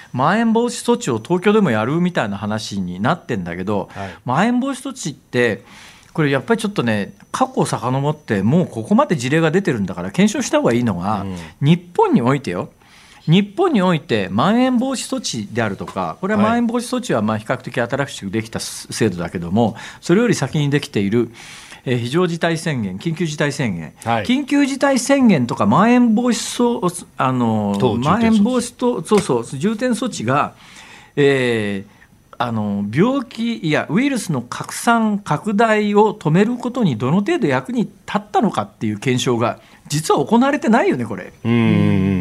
まん延防止措置を東京でもやるみたいな話になってんだけど、はい、まん延防止措置ってこれやっぱりちょっとね、過去を遡ってもうここまで事例が出てるんだから検証した方がいいのが、うん、日本においてよ、日本においてまん延防止措置であるとか、これはまん延防止措置はまあ比較的新しくできた制度だけども、それより先にできているえー、非常事態宣言、緊急事態宣言、はい、緊急事態宣言とかまん延防止措あのまん延防止とそうそう重点措置が、えー、あの病気いやウイルスの拡散拡大を止めることにどの程度役に立ったのかっていう検証が実は行われてないよね、これ。 うん、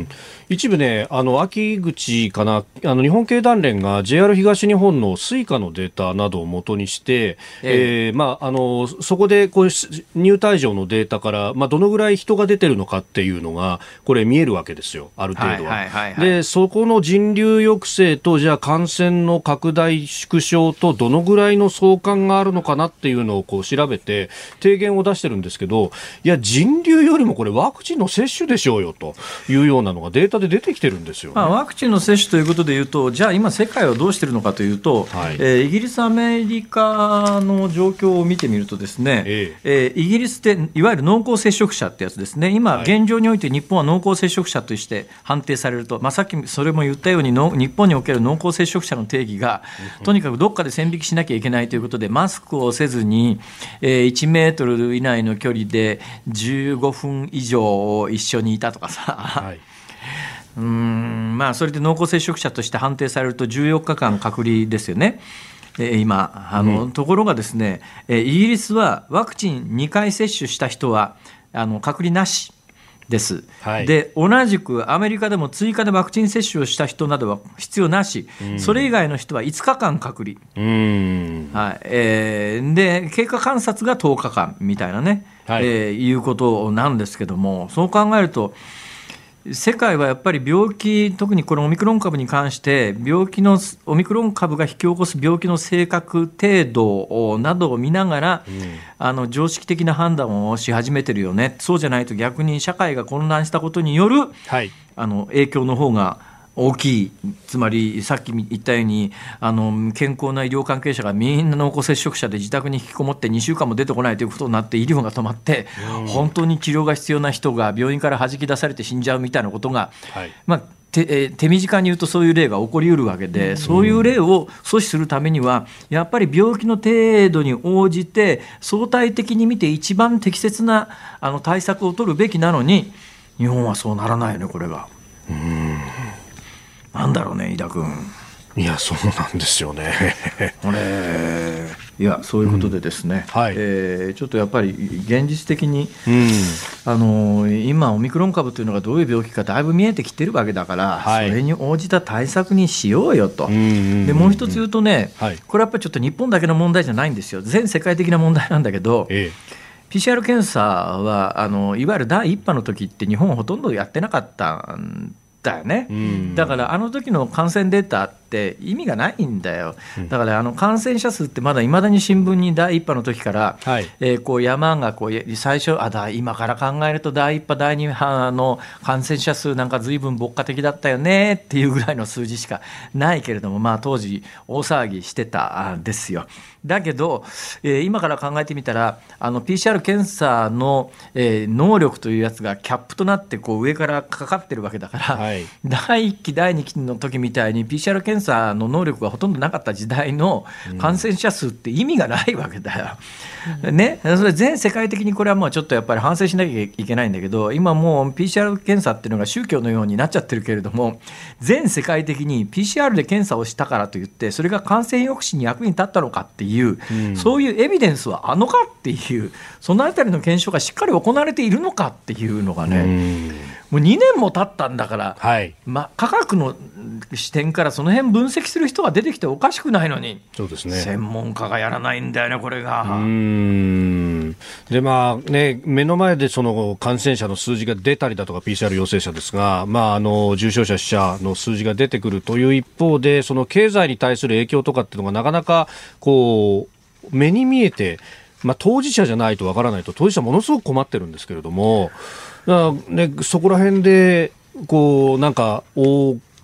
一部ね、あの秋口かな、あの日本経団連が ジェイアール 東日本のスイカのデータなどを元にして、ええーまあ、あのそこでこう入退場のデータから、まあ、どのぐらい人が出てるのかっていうのがこれ見えるわけですよ、ある程度は。はいはいはいはい、でそこの人流抑制とじゃあ感染の拡大縮小とどのぐらいの相関があるのかなっていうのをこう調べて提言を出してるんですけど、いや人流よりもこれワクチンの接種でしょうよというようなのがデータで出てきてるんですよね。 まあ、ワクチンの接種ということでいうと、じゃあ今世界はどうしてるのかというと、はい、えー、イギリスアメリカの状況を見てみるとですね、えええー、イギリスっていわゆる濃厚接触者ってやつですね。今、はい、現状において日本は濃厚接触者として判定されると、まあ、さっきそれも言ったようにの日本における濃厚接触者の定義がとにかくどっかで線引きしなきゃいけないということで、マスクをせずに、えー、いちメートル以内の距離でじゅうごふん以上一緒にいたとかさ、はい、うーんまあ、それで濃厚接触者として判定されるとじゅうよっかかん隔離ですよね、えー、今あの、うん、ところがですね、えー、イギリスはワクチンにかい接種した人はあの隔離なしです、はい、で同じくアメリカでも追加でワクチン接種をした人などは必要なし、うん、それ以外の人はいつかかん隔離、うんはいえー、で経過観察がとおかかんみたいなね、はいえー、いうことなんですけども、そう考えると世界はやっぱり病気、特にこのオミクロン株に関して病気のオミクロン株が引き起こす病気の性格程度などを見ながら、うん、あの常識的な判断をし始めてるよね。そうじゃないと逆に社会が混乱したことによる、はい、あの影響の方が大きい。つまりさっき言ったようにあの健康な医療関係者がみんな濃厚接触者で自宅に引きこもってにしゅうかんも出てこないということになって医療が止まって、うん、本当に治療が必要な人が病院から弾き出されて死んじゃうみたいなことが、はいまあ手, え手短に言うとそういう例が起こりうるわけで、そういう例を阻止するためにはやっぱり病気の程度に応じて相対的に見て一番適切なあの対策を取るべきなのに、日本はそうならないよね。これがうーんなんだろうね、井田君。 いやそうなんですよねこれいやそういうことでですね、うんはいえー、ちょっとやっぱり現実的に、うん、あの今オミクロン株というのがどういう病気かだいぶ見えてきてるわけだから、はい、それに応じた対策にしようよと、うんうんうん、でもう一つ言うとね、はい、これやっぱりちょっと日本だけの問題じゃないんですよ。全世界的な問題なんだけど、ええ、ピーシーアール 検査はあのいわゆるだいいっ波の時って日本はほとんどやってなかったんだよね、うん、だからあの時の感染データって意味がないんだよ。だからあの感染者数ってまだいまだに新聞にだいいっ波の時から、はいえー、こう山がこう最初あだ今から考えるとだいいっ波だいに波の感染者数なんか随分牧歌的だったよねっていうぐらいの数字しかないけれども、まあ当時大騒ぎしてたんですよ。だけど、えー、今から考えてみたらあの ピーシーアール 検査の、えー、能力というやつがキャップとなってこう上からかかってるわけだから、はい、だいいっきだいにきの時みたいに ピーシーアール 検査の能力がほとんどなかった時代の感染者数って意味がないわけだよ、うんね、それ全世界的にこれはもうちょっとやっぱり反省しなきゃいけないんだけど、今もう ピーシーアール 検査っていうのが宗教のようになっちゃってるけれども、全世界的に ピーシーアール で検査をしたからといってそれが感染抑止に役に立ったのかっていう、うん、そういうエビデンスはあのかっていう、そのあたりの検証がしっかり行われているのかっていうのがね、うんもうにねんも経ったんだから、はいま、科学の視点からその辺分析する人が出てきておかしくないのに、そうですね、専門家がやらないんだよねこれが。うーんで、まあね、目の前でその感染者の数字が出たりだとか ピーシーアール 陽性者ですが、まあ、あの重症者死者の数字が出てくるという一方で、その経済に対する影響とかっていうのがなかなかこう目に見えて、まあ、当事者じゃないとわからないと、当事者ものすごく困ってるんですけれども、だからね、そこら辺でこうなんか大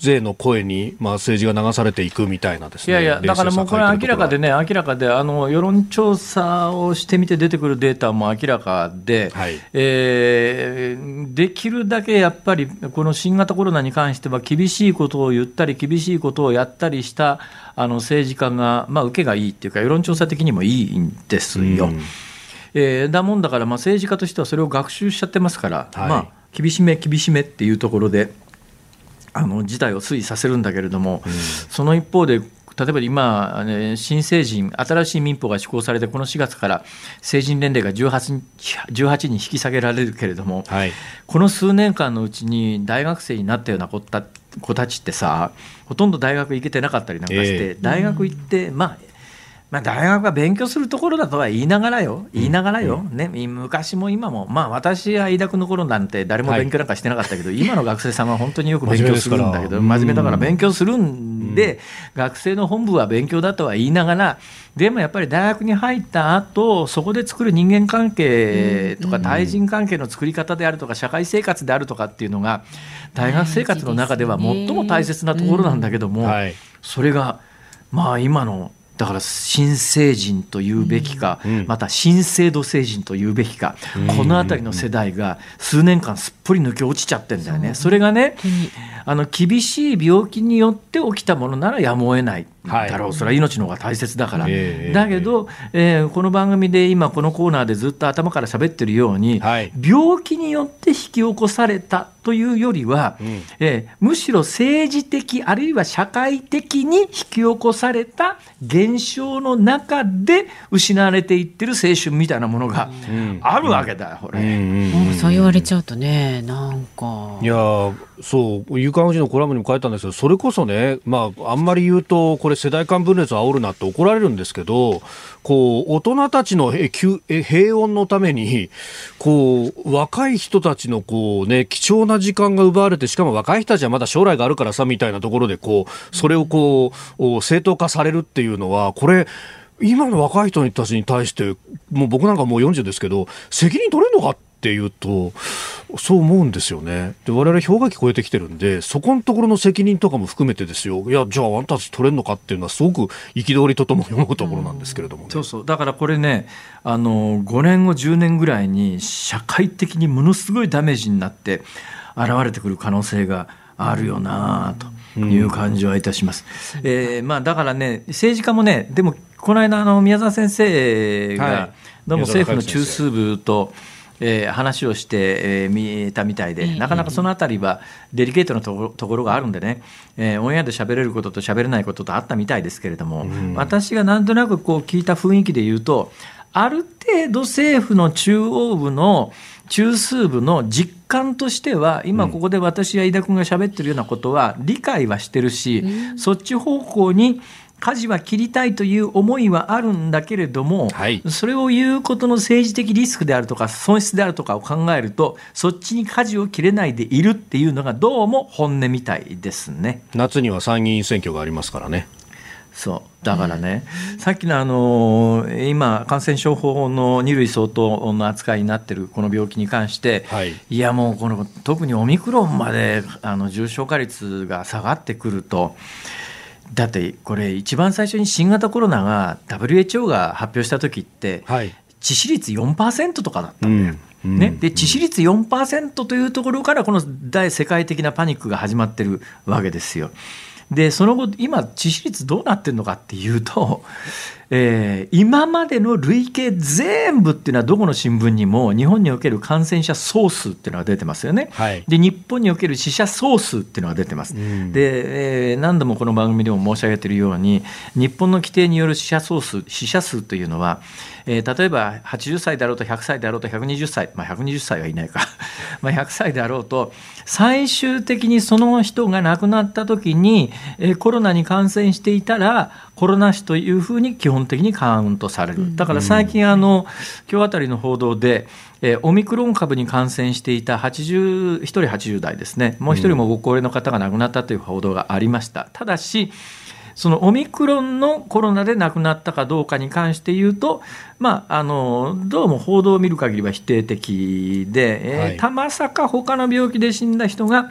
税の声に、まあ、政治が流されていくみたいなですね。 いやいや、だからもうこれ明らかでね、明らかで、あの世論調査をしてみて出てくるデータも明らかで、はい、えー、できるだけやっぱりこの新型コロナに関しては厳しいことを言ったり厳しいことをやったりしたあの政治家が、まあ、受けがいいっていうか世論調査的にもいいんですよ。うん、えー、だもんだから、まあ、政治家としてはそれを学習しちゃってますから、はい、まあ、厳しめ厳しめっていうところであの事態を推移させるんだけれども、うん、その一方で例えば今、ね、新成人新しい民法が施行されてこのしがつから成人年齢がじゅうはちに引き下げられるけれども、はい、この数年間のうちに大学生になったような子た、子たちってさ、ほとんど大学行けてなかったりなんかして、えー、大学行って、まあまあ、大学は勉強するところだとは言いながらよ、言いながらよ、ね、昔も今も、まあ、私は飯田君の頃なんて誰も勉強なんかしてなかったけど、はい、今の学生さんは本当によく勉強するんだけど、真面目だから勉強するんで、学生の本部は勉強だとは言いながら、でもやっぱり大学に入った後、そこで作る人間関係とか対人関係の作り方であるとか社会生活であるとかっていうのが大学生活の中では最も大切なところなんだけども、それがまあ今のだから新成人というべきか、うん、また新制度成人というべきか、うん、このあたりの世代が数年間すっぽり抜け落ちちゃってんだよね。 そ, それがね、あの厳しい病気によって起きたものならやむを得ないだろう、はい、それは命の方が大切だから、えー、だけど、えー、この番組で今このコーナーでずっと頭から喋ってるように、はい、病気によって引き起こされたというよりは、うんえー、むしろ政治的あるいは社会的に引き起こされた現象の中で失われていってる青春みたいなものがあるわけだよ、これ、うんうんうん、そう言われちゃうとね、なんかいやそう夕刊フジのコラムにも書いたんですけど、それこそね、まあ、あんまり言うとこれ世代間分裂を煽るなって怒られるんですけど、こう大人たちの平穏のためにこう若い人たちのこう、ね、貴重な時間が奪われて、しかも若い人たちはまだ将来があるからさみたいなところでこうそれをこう正当化されるっていうのは、これ今の若い人たちに対してもう僕なんかもうよんじゅうですけど責任取れるのかっていうとそう思うんですよね。で我々氷河期超えてきてるんで、そこのところの責任とかも含めてですよ、いやじゃああんたたち取れるのかっていうのはすごく憤りとともに思うところなんですけれども、ね、 そうそう、だからこれね、あのごねんごじゅうねんぐらいに社会的にものすごいダメージになって現れてくる可能性があるよなという感じはいたします、うんえーまあ、だからね、政治家もね、でもこの間あの宮沢先生がどうも政府の中枢部とえー、話をして、えー、見たみたいで、なかなかそのあたりはデリケートなところ、ところがあるんでね、えー、オンエアで喋れることと喋れないこととあったみたいですけれども、うん、私がなんとなくこう聞いた雰囲気で言うと、ある程度政府の中央部の中枢部の実感としては、今ここで私や飯田君が喋ってるようなことは理解はしてるし、うん、そっち方向に舵は切りたいという思いはあるんだけれども、はい、それを言うことの政治的リスクであるとか損失であるとかを考えると、そっちに舵を切れないでいるっていうのがどうも本音みたいですね。 夏には参議院選挙がありますからね。 そうだからね、うん、さっきのあの今感染症法のに類相当の扱いになっているこの病気に関して、はい、いやもうこの特にオミクロンまであの重症化率が下がってくると、だってこれ一番最初に新型コロナが ダブリューエイチオー が発表した時って、はい、致死率 よんパーセント とかだったんだよ、うんうんね、で致死率 よんパーセント というところからこの大世界的なパニックが始まってるわけですよ。でその後今致死率どうなってるのかっていうと、えー、今までの累計全部っていうのはどこの新聞にも日本における感染者総数っていうのが出てますよね、はい、で日本における死者総数っていうのが出てます、うん、で、えー、何度もこの番組でも申し上げているように、日本の規定による死者総数死者数というのは、えー、例えばはちじゅっさいであろうとひゃくさいであろうとひゃくにじゅっさい、まあ、ひゃくにじゅっさいはいないかまあひゃくさいであろうと、最終的にその人が亡くなった時に、えー、コロナに感染していたらコロナ死というふうに基本的にカウントされる。だから最近あの今日あたりの報道で、えー、オミクロン株に感染していたはちじゅうひとりはちじゅう代ですね、もう一人もご高齢の方が亡くなったという報道がありました。ただしそのオミクロンのコロナで亡くなったかどうかに関して言うと、まあ、あのどうも報道を見る限りは否定的で、えーはい、たまさか他の病気で死んだ人が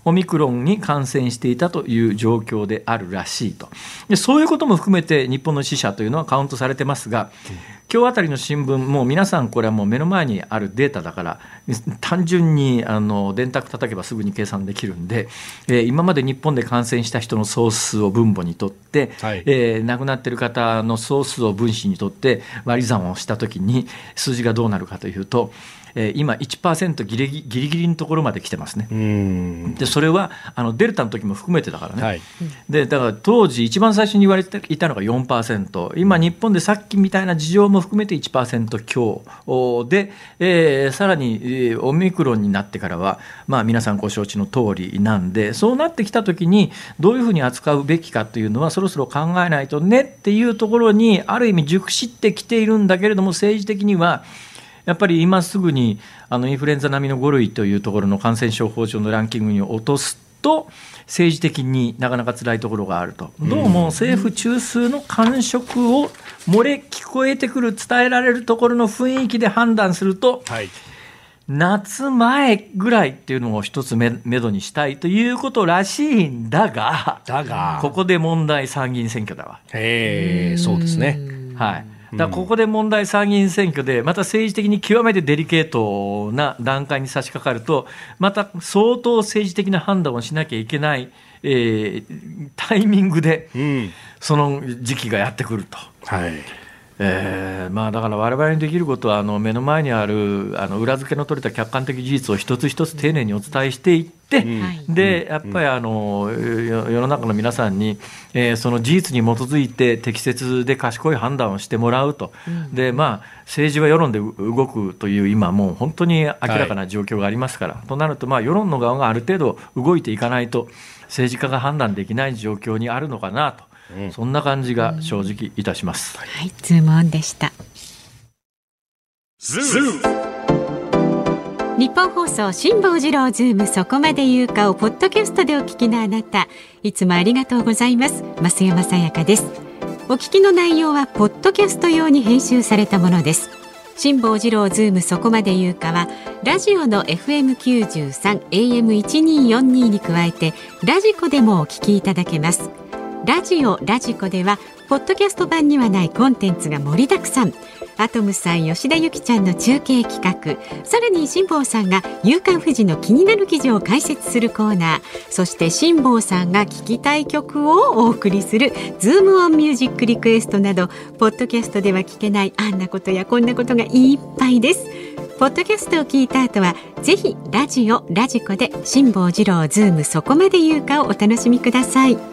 オミクロンに感染していたという状況であるらしいと。でそういうことも含めて日本の死者というのはカウントされてますが、今日あたりの新聞もう皆さんこれはもう目の前にあるデータだから単純にあの電卓叩けばすぐに計算できるんで、えー、今まで日本で感染した人の総数を分母にとって、はい、えー、亡くなっている方の総数を分子にとって割り算をしたときに数字がどうなるかというと、えー、今 いちパーセント ギリギリギリギリのところまで来てますね。うんでそれはあのデルタの時も含めてだからね、はい、でだから当時一番最初に言われていたのが よんパーセント、 今日本でさっきみたいな事情も含めて いちパーセント 強で、えー、さらに、えー、オミクロンになってからは、まあ、皆さんご承知の通りなんで、そうなってきた時にどういうふうに扱うべきかというのはそろそろ考えないとねっていうところにある意味熟してきているんだけれども、政治的にはやっぱり今すぐにあのインフルエンザ並みのご類というところの感染症法上のランキングに落とすと政治的になかなか辛いところがあると。どうも政府中枢の感触を漏れ聞こえてくる、伝えられるところの雰囲気で判断すると、はい、夏前ぐらいっていうのを一つめどにしたいということらしいんだが、だがここで問題参議院選挙だわ。 へー、そうですね。 はい。だからここで問題参議院選挙でまた政治的に極めてデリケートな段階に差し掛かると、また相当政治的な判断をしなきゃいけない、えー、タイミングでその時期がやってくると、はい、えーまあ、だから我々にできることはあの目の前にあるあの裏付けの取れた客観的事実を一つ一つ丁寧にお伝えしていって、うん、でやっぱりあの世の中の皆さんに、えー、その事実に基づいて適切で賢い判断をしてもらうと、うん、でまあ、政治は世論で動くという今もう本当に明らかな状況がありますから、はい、となるとまあ世論の側がある程度動いていかないと政治家が判断できない状況にあるのかなと、うん、そんな感じが正直いたします。 はい、ズームオンでした。日本放送辛坊治郎ズームそこまで言うかをポッドキャストでお聞きのあなた、いつもありがとうございます。増山さやかです。お聞きの内容はポッドキャスト用に編集されたものです。辛坊治郎ズームそこまで言うかはラジオの エフエムきゅうじゅうさん エーエムせんにひゃくよんじゅうに に加えてラジコでもお聞きいただけます。ラジオラジコではポッドキャスト版にはないコンテンツが盛りだくさん。アトムさん、吉田ゆきちゃんの中継企画、さらに辛坊さんが夕刊フジの気になる記事を解説するコーナー、そして辛坊さんが聴きたい曲をお送りするズームオンミュージックリクエストなど、ポッドキャストでは聞けないあんなことやこんなことがいっぱいです。ポッドキャストを聞いた後はぜひラジオラジコで辛坊治郎ズームそこまで言うかをお楽しみください。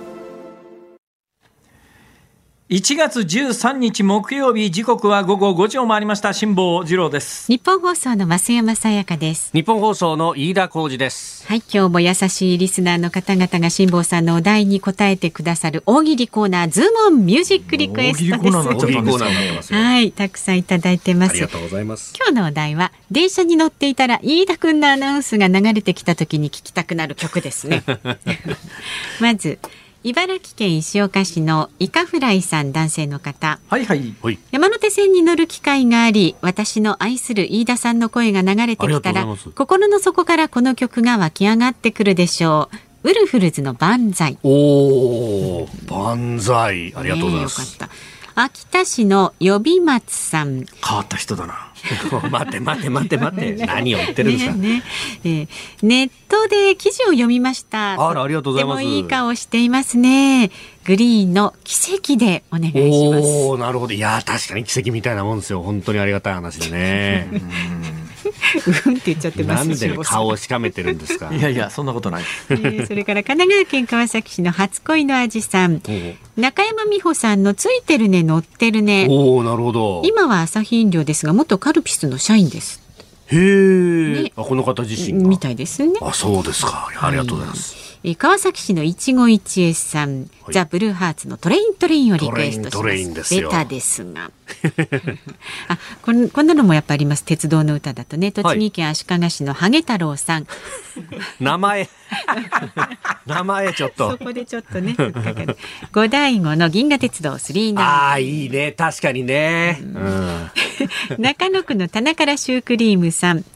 いちがつじゅうさんにち木曜日、時刻は午後ごじを回りました。辛坊治郎です。 日本放送の増山さやかです。 日本放送の飯田浩司です。 はい、今日も優しいリスナーの方々が辛坊さんのお題に答えてくださる大喜利コーナー、ズームオンミュージックリクエストです。大喜利コーナーになっちゃったんですか。はい、たくさんいただいてます。ありがとうございます。 今日のお題は電車に乗っていたら飯田くんのアナウンスが流れてきた時に聞きたくなる曲ですね。まず茨城県石岡市のイカフライさん、男性の方。 はいはい。 山手線に乗る機会があり、私の愛する飯田さんの声が流れてきたら、心の底からこの曲が湧き上がってくるでしょう。ウルフルズの万歳。 おー、万歳。ありがとうございます。ね、よかった。 秋田市の予備松さん。 変わった人だな。 待て待て待て待て何を言ってるんですか。ねねえー、ネットで記事を読みました。 あら、ありがとうございます。 とてもいい顔していますね。グリーンの奇跡でお願いします。 おー、なるほど。いや確かに奇跡みたいなもんですよ。本当にありがたい話でね。うんうんって言っちゃってます。 なんで顔をしかめてるんですか。 いやいや、そんなことない。 えー、それから神奈川県川崎市の初恋の味さん、中山美穂さんのついてるね乗ってるね。 おー、なるほど。 今はアサヒ飲料ですが元カルピスの社員です。 へー、ね、あ、この方自身がみたいですね。 あ、そうですか。ありがとうございます。 はい、川崎市の一期一会さん、はい、ザ・ブルーハーツのトレイントレインをリクエストします。 トレインですよ。 ベタですがあ、こん、こんなのもやっぱあります。鉄道の歌だとね、栃木県足利市のハゲ太郎さん、はい、 名前名前ちょっとそこでちょっとね五醍醐の銀河鉄道スリーナイン。 ああ、いいね、確かにね、うん、 中野区の棚からシュークリームさん、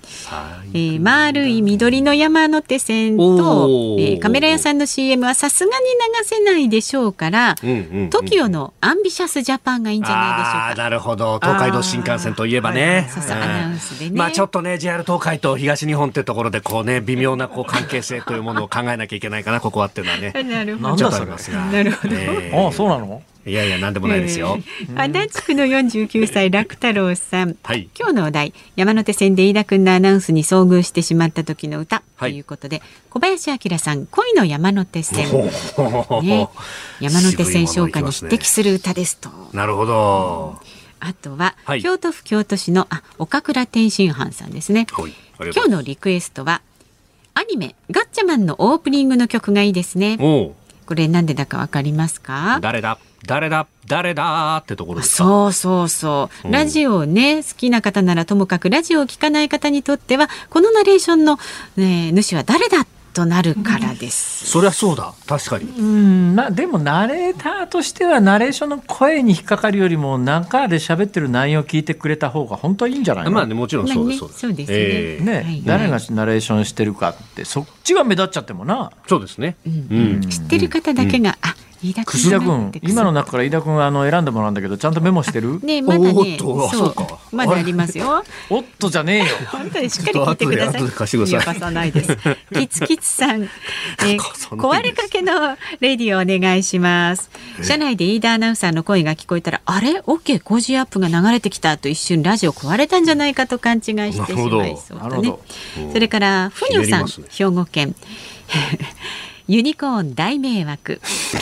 えー、丸い緑の山手線と、えー、カメラ屋さんの シーエム はさすがに流せないでしょうから、うんうんうん、トキオのアンビシャスジャパンがいいんじゃないでしょうか。 あ、なるほど。東海道新幹線といえばね、はい、 そうそう、アナウンスでね、 まあ、ちょっとね ジェイアール 東海と東日本ってところでこうね微妙なこう関係性というものを考えなきゃいけないかなここはっていうのはねなるほど、 ちょっとありますが、 なるほど、 えー、ああそうなの。 いやいや何でもないですよ、 えー、足立区のよんじゅうきゅうさい楽太郎さん、 はい、 今日のお題、山手線で飯田くんのアナウンスに遭遇してしまった時の歌、はい、ということで小林明さん、恋の山手線、ね、山手線唱歌に匹敵する歌ですと。 なるほど。 あとは、はい、京都府京都市のあ岡倉天津飯さんですね、はい、今日のリクエストはアニメガッチャマンのオープニングの曲がいいですね。お、これなんでだかわかりますか？ 誰だ誰だ誰だってところですか？ そうそうそう、ラジオね好きな方ならともかくラジオを聞かない方にとってはこのナレーションの、ね、主は誰だとなるからです、 うん、そりゃそうだ、確かに。 うん、まあ、でもナレーターとしてはナレーションの声に引っかかるよりも中で喋ってる内容を聞いてくれた方が本当はいいんじゃないの？ まあね、もちろんそうです、 まあね、そうですね、 えーね、 はい、 誰がナレーションしてるかってそっちが目立っちゃってもな。 そうですね、 うんうん、知ってる方だけが、うん、あ飯田君、 飯田君今の中から飯田君はあの選んでもらうんだけどちゃんとメモしてる？ ね、まだね、 おっと、 そうか、まだありますよ。 おっとじゃねえよ。 本当にしっかり聞いてください。 見逃さないです。キツキツさん、えー、壊れかけのレディをお願いします。車内で飯田アナウンサーの声が聞こえたら、あれ OK 工事アップが流れてきたと一瞬ラジオ壊れたんじゃないかと勘違いしてしまいそうだね。それからふにょさん、兵庫県ユニコーン大迷惑。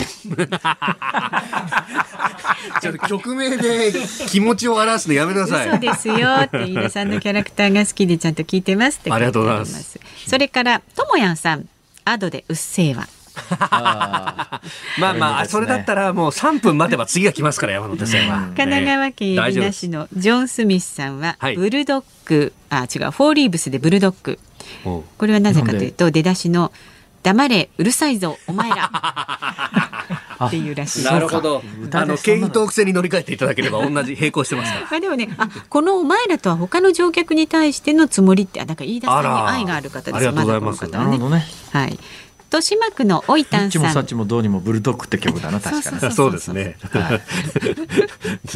ちょっと曲名で気持ちを表すのやめなさい。 そうですよって飯田さんのキャラクターが好きでちゃんと聞いてますって書いてあります。 ありがとうございます。 それからともやんさん、アドでうっせぇわ。 あまあまあ、ね、それだったらもうさんぷん待てば次が来ますから山手線は。 神奈川県海老名市のジョン・スミスさんはブルドッグ、はい、あ違うフォーリーブスでブルドッグ。これはなぜかというと出だしの黙れうるさいぞお前らっていうらしい。 なるほど。あの経緯トーク線に乗り換えていただければ同じ並行してますから。 まあでもね、あこのお前らとは他の乗客に対してのつもりって、だから飯田さんに愛がある方です。 ありがとうございます。 まだこの方はね、はい。豊島区のおいたんさん。 どっちもさっちもどうにもブルドッグって曲だな、確かに。 そうですね。はい、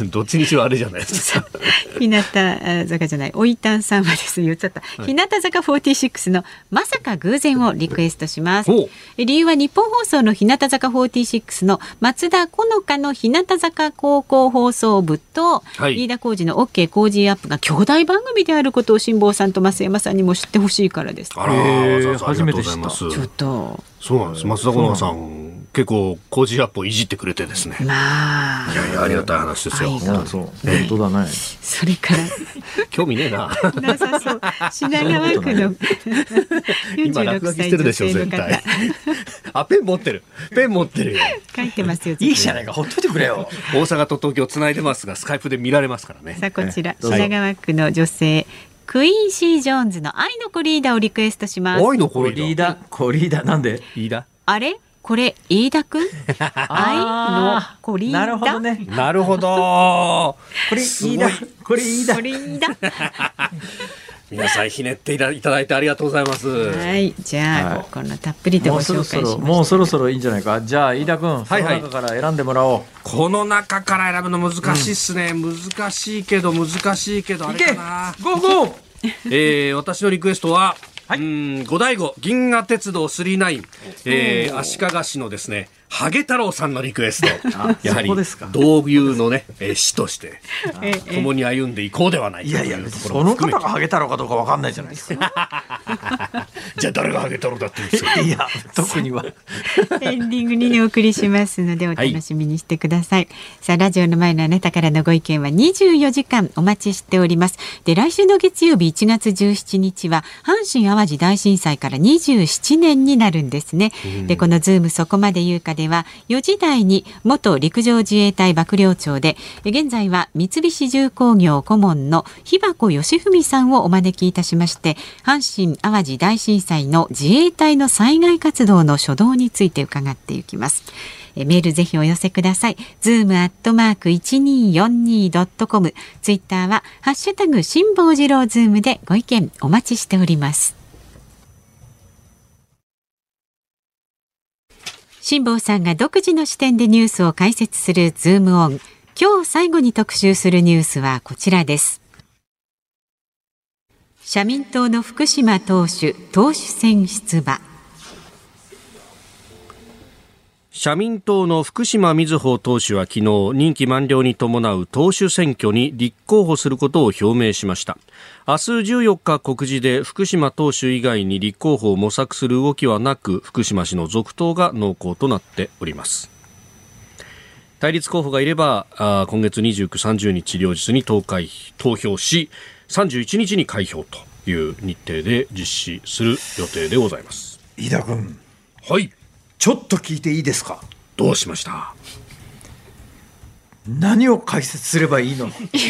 どっちにしろあれじゃないですか。 日向坂じゃない、おいたんさんはですね、言っちゃった。はい、日向坂フォーティーシックスのまさか偶然をリクエストします。理由は日本放送の日向坂フォーティーシックスの松田好花の日向坂高校放送部と、はい、飯田浩司の OK 工事アップが兄弟番組であることを辛坊さんと増山さんにも知ってほしいからです。 あらー、 初めて知った。 ちょっとそうなんです。松田好花さん結構工事アップをいじってくれてですね。 まあ、 いやいやありがたい話ですよ。 そうそう、本当だね。 それから興味ねえな。 なさそう。品川区の今落書きしてるでしょ絶対。あ、ペン持ってる。ペン持ってるよ。 書いてますよ。 いいじゃないか、ほっといてくれよ。 大阪と東京つないでますがスカイプで見られますからね。 さあこちら、品川区の女性。クイーンシー・ジョーンズの愛の子リーダーをリクエストします。 愛の子リーダー、 子リーダーなんでリーダー、 あれこれ飯田くん愛の子リーダー。 なるほどね。 なるほど。 これ飯田、これ飯田、 これ飯田。 皆さんひねっていただいてありがとうございます。 はい、じゃあ、はい、このたっぷりとご紹介しました。 もうそろそろいいんじゃないか。じゃあ飯田君、はいはい、その中から選んでもらおう。 この中から選ぶの難しいっすね、うん、難しいけど難しいけどあれかな。 ゴーゴー。 えー、私のリクエストは、はい、うん五醍醐銀河鉄道スリーナイン、えー、足利市のですねハゲ太郎さんのリクエスト。やはり同友のね、えー、師として共に歩んでいこうではないかというところ。 その方がハゲ太郎かどうか分かんないじゃないですか。 じゃあ誰がハゲ太郎だって言うんですか。 いや特にはエンディングに、ね、お送りしますのでお楽しみにしてください、はい、さあラジオの前のあなたからのご意見はにじゅうよじかんお待ちしております。で来週の月曜日いちがつじゅうしちにちは阪神淡路大震災からにじゅうななねんになるんですね。でこのズームそこまで言うかではよじ台に元陸上自衛隊幕僚長で現在は三菱重工業顧問の日箱義文さんをお招きいたしまして、阪神淡路大震震災の自衛隊の災害活動の初動について伺っていきます。メールぜひお寄せください。ズームアットマーク いちにーよんにードットコム、ツイッターはハッシュタグ辛坊治郎ズームでご意見お待ちしております。辛坊さんが独自の視点でニュースを解説するズームオン。今日最後に特集するニュースはこちらです。社民党の福島党首、党首選出馬。 社民党の福島みずほ党首は昨日、任期満了に伴う党首選挙に立候補することを表明しました。明日じゅうよっか告示で福島党首以外に立候補を模索する動きはなく、福島氏の続投が濃厚となっております。対立候補がいれば、あ今月にじゅうく、さんじゅうにち両日に投開投票し、さんじゅういちにちに開票という日程で実施する予定でございます。 飯田君、 はい、 ちょっと聞いていいですか。 どうしました。 何を解説すればいいの。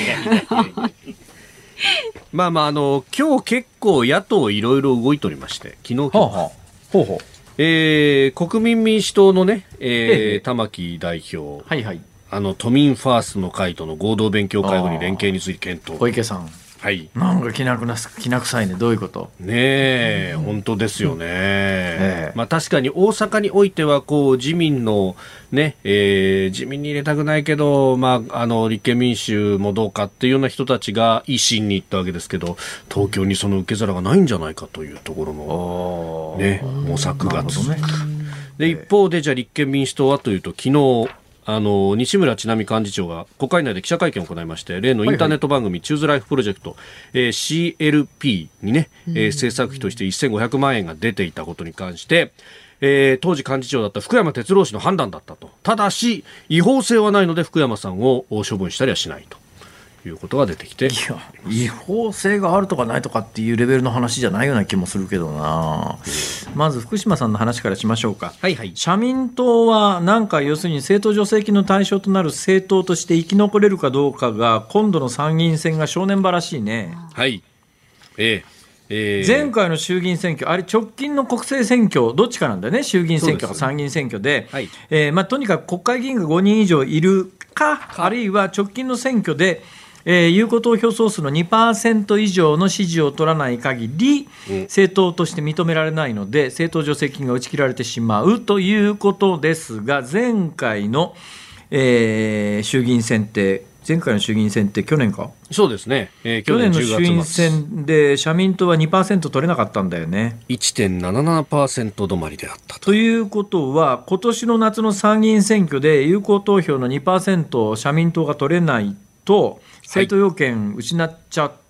まあまあ、あの今日結構野党いろいろ動いておりまして、昨日今日、はあはあ、ほうほう、えー、国民民主党のね、えー、玉木代表、はいはい、あの都民ファーストの会との合同勉強会後に連携について検討。 小池さん、はい、なんかきなくなきな臭いね。どういうことねえ、うん、本当ですよね、ええ、まあ、確かに大阪においてはこう自民の、ねえー、自民に入れたくないけど、まあ、あの立憲民主もどうかっていうような人たちが維新に行ったわけですけど、東京にその受け皿がないんじゃないかというところの、ね、模索が続く、ね、で一方でじゃあ立憲民主党はというと、昨日あの西村智奈美幹事長が国会内で記者会見を行いまして、例のインターネット番組、はいはい、チューズライフプロジェクト、えー、シーエルピー にね、えー、制作費としていっせんごひゃくまんえんが出ていたことに関して、えー、当時幹事長だった福山哲郎氏の判断だったと。ただし違法性はないので福山さんを処分したりはしないということが出てきて、いや違法性があるとかないとかっていうレベルの話じゃないような気もするけどな。まず福島さんの話からしましょうか。はいはい、社民党はなんか要するに政党助成金の対象となる政党として生き残れるかどうかが今度の参議院選が正念場らしいね。はい、えーえー、前回の衆議院選挙、あれ直近の国政選挙どっちかなんだよね。衆議院選挙か参議院選挙で、はい、えーまあ、とにかく国会議員がごにん以上いるか、あるいは直近の選挙でえー、有効投票総数の にパーセント 以上の支持を取らない限り、うん、政党として認められないので政党助成金が打ち切られてしまうということですが、前回の、えー、衆議院選って前回の衆議院選って去年か。 そうですね、えー、去年の衆院選で社民党は にパーセント 取れなかったんだよね。 いってんなななパーセント 止まりであったと。 ということは今年の夏の参議院選挙で有効投票の にパーセント を社民党が取れないと政党要件失っちゃって、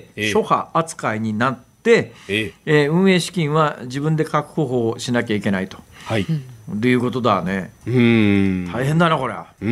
はい、諸派扱いになって、えええー、運営資金は自分で確保しなきゃいけないと、はい、ということだね。うーん、大変だなこれ。 うん、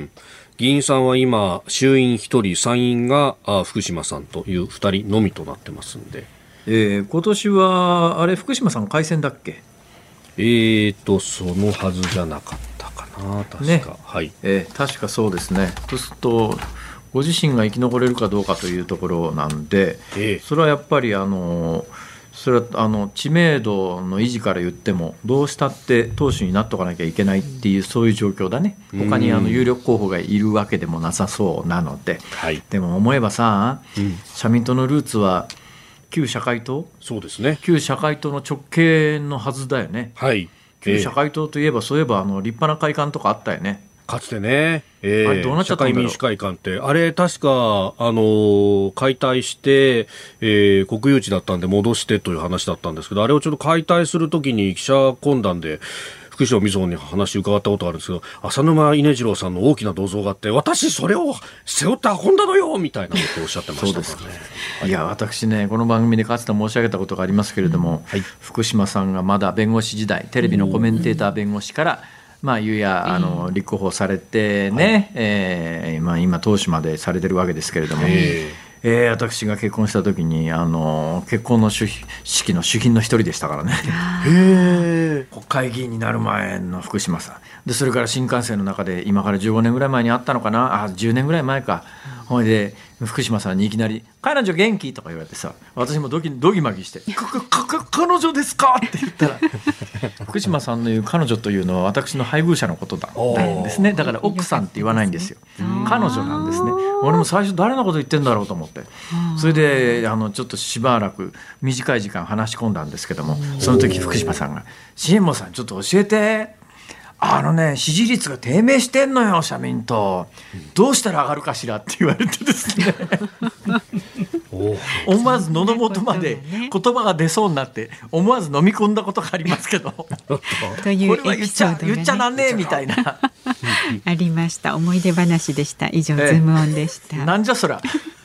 議員さんは今衆院ひとり、参院があ福島さんというふたりのみとなってますんで、 えー、今年はあれ福島さん改選だっけ。 えーとそのはずじゃなかったかな確か、ね、はい、 えー、確かそうですね。そうするとご自身が生き残れるかどうかというところなんで、ええ、それはやっぱりあのそれはあの知名度の維持から言ってもどうしたって党首になっとかなきゃいけないっていうそういう状況だね。他にあの有力候補がいるわけでもなさそうなので、はい、でも思えばさ、うん、社民党のルーツは旧社会党。 そうですね、 旧社会党の直系のはずだよね。はい、旧社会党といえばそういえばあの立派な会館とかあったよね。 かつてね、えー、あれどうなっちゃったんだろう。社会民主会館ってあれ確か、あのー、解体して、えー、国有地だったんで戻してという話だったんですけど、あれをちょっと解体するときに記者懇談で福島みずほに話伺ったことがあるんですけど、浅沼稲次郎さんの大きな銅像があって私それを背負って運んだのよみたいなことをおっしゃってましたからね。 はい、いや私ねこの番組でかつて申し上げたことがありますけれども、うん、はい、福島さんがまだ弁護士時代テレビのコメンテーター弁護士からまあ、ゆうやあの立候補されてね、はい、えーまあ、今党首までされてるわけですけれども、えーえー、私が結婚した時にあの結婚の主式の主賓の一人でしたからね。へ国会議員になる前の福島さんで、それから新幹線の中で今からじゅうごねんぐらい前にあったのかな、あじゅうねんぐらい前か、 ほいで福島さんにいきなり「彼女元気?」とか言われてさ、私もドキドギマギして「かかか彼女ですか?」って言ったら福島さんの言う彼女というのは私の配偶者のことだなんですね。だから奥さんって言わないんですよ、彼女なんですね。俺も最初誰のこと言ってんだろうと思って、それであのちょっとしばらく短い時間話し込んだんですけども、その時福島さんが「辛坊さんちょっと教えて、あのね支持率が低迷してんのよ社民党、どうしたら上がるかしら」って言われてですね思わず喉元まで言葉が出そうになって思わず飲み込んだことがありますけどこれは言っちゃ言っちゃなんねえみたいなありました。思い出話でした。以上、ズームオンでした。 なんじゃそら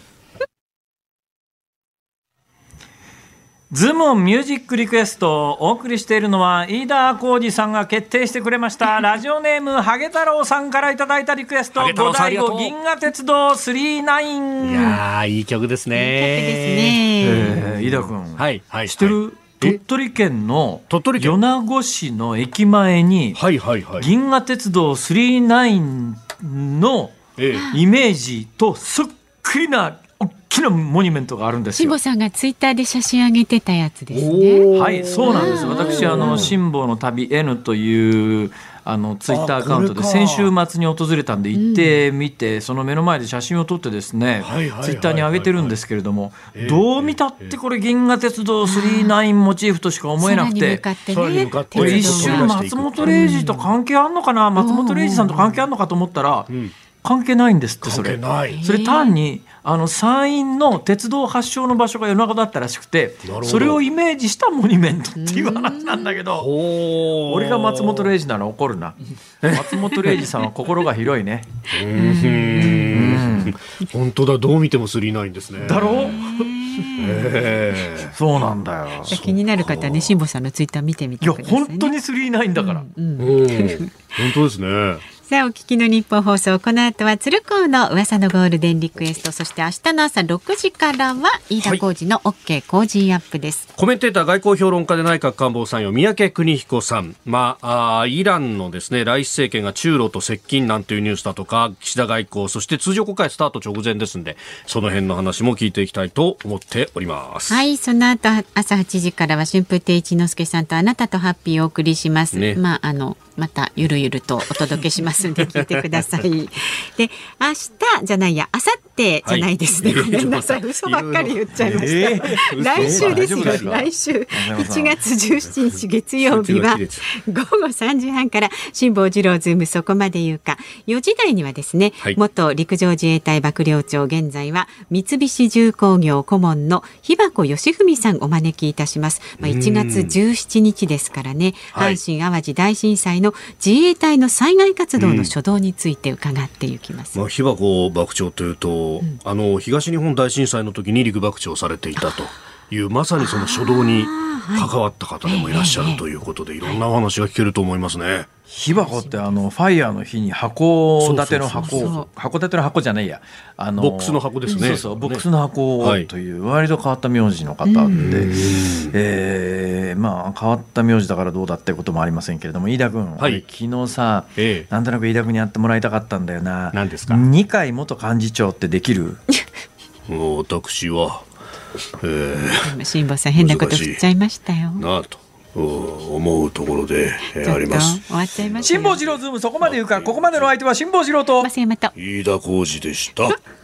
ズームオンミュージックリクエストをお送りしているのは飯田浩司さんが決定してくれましたラジオネームハゲ太郎さんからいただいたリクエスト、五代五銀河鉄道スリーナイン。 いやーいい曲ですね。 いい曲ですね。 えー、飯田君、 はいはい、 知ってる、はい、鳥取県の米子市の駅前に銀河鉄道スリーナインのイメージとそっくりな大きなモニュメントがあるんですよ。 辛坊さんがツイッターで写真上げてたやつですね。 はい、そうなんです。私あの辛坊の旅 N というあのツイッターアカウントで先週末に訪れたんで行ってみて、うん、その目の前で写真を撮ってですね、ツイッターに上げてるんですけれども、どう見たってこれ銀河鉄道スリーナインモチーフとしか思えなくて、これ一瞬松本零士と関係あんのかな、松本零士さんと関係あんのかと思ったら、うん、関係ないんですって。それそれ単にあの山陰の鉄道発祥の場所が米子だったらしくて、それをイメージしたモニュメントっていう話なんだけど、俺が松本零士なら怒るな。松本零士さんは心が広いね。うーん、本当だ、どう見てもスリーナインですね。 だろう。えー、そうなんだよ。 気になる方はね、辛坊さんのツイッター見てみてくださいね。 いや本当にスリーナインだから、 うんうん、本当ですね。 さあお聞きの日本放送、この後は鶴光の噂のゴールデンリクエスト、そして明日の朝ろくじからは飯田浩司の OK 工事アップです、 はい、コメンテーター外交評論家で内閣官房参与三宅邦彦さん、まあ、あイランのですねライシ政権が中ロと接近なんていうニュースだとか、岸田外交、そして通常国会スタート直前ですんで、その辺の話も聞いていきたいと思っております。 はい、その後朝はちじからは春風亭一之輔さんとあなたとハッピーをお送りします、ね、まああのまたゆるゆるとお届けしますんで聞いてください。で、明日じゃないや、明後日じゃないですね、はい、ごめんなさい、嘘ばっかり言っちゃいました、えー、来週ですよ。来週いちがつじゅうしちにち月曜日はごごさんじはんから辛坊治郎ズームそこまで言うか、よじ台にはですね、はい、元陸上自衛隊幕僚長、現在は三菱重工業顧問の日箱義文さんお招きいたします。まあ、いちがつじゅうしちにちですからね、阪神淡路大震災の自衛隊の災害活動の初動について伺っていきます、 うん、まあ、日箱幕長というと、うん、あの東日本大震災の時に陸幕長をされていたというまさにその初動に関わった方でもいらっしゃるということで、いろんなお話が聞けると思いますね。 火箱ってあのファイヤーの日に箱立ての箱、箱立ての箱じゃないや、あのボックスの箱ですね。 そうそう、ボックスの箱という割と変わった名字の方で、はい、えー、まあ変わった名字だからどうだってこともありませんけれども、飯田君、はい、昨日さ、えー、なんとなく飯田君にやってもらいたかったんだよな。 何ですか。 二階元幹事長ってできる？ 私は、 えー、辛坊さん変なこと振っちゃいましたよなと思うところで、えー、あります。 終わっちゃいました。 辛坊治郎ズームそこまで言うか、ここまでの相手は辛坊治郎と増山と飯田浩司でした。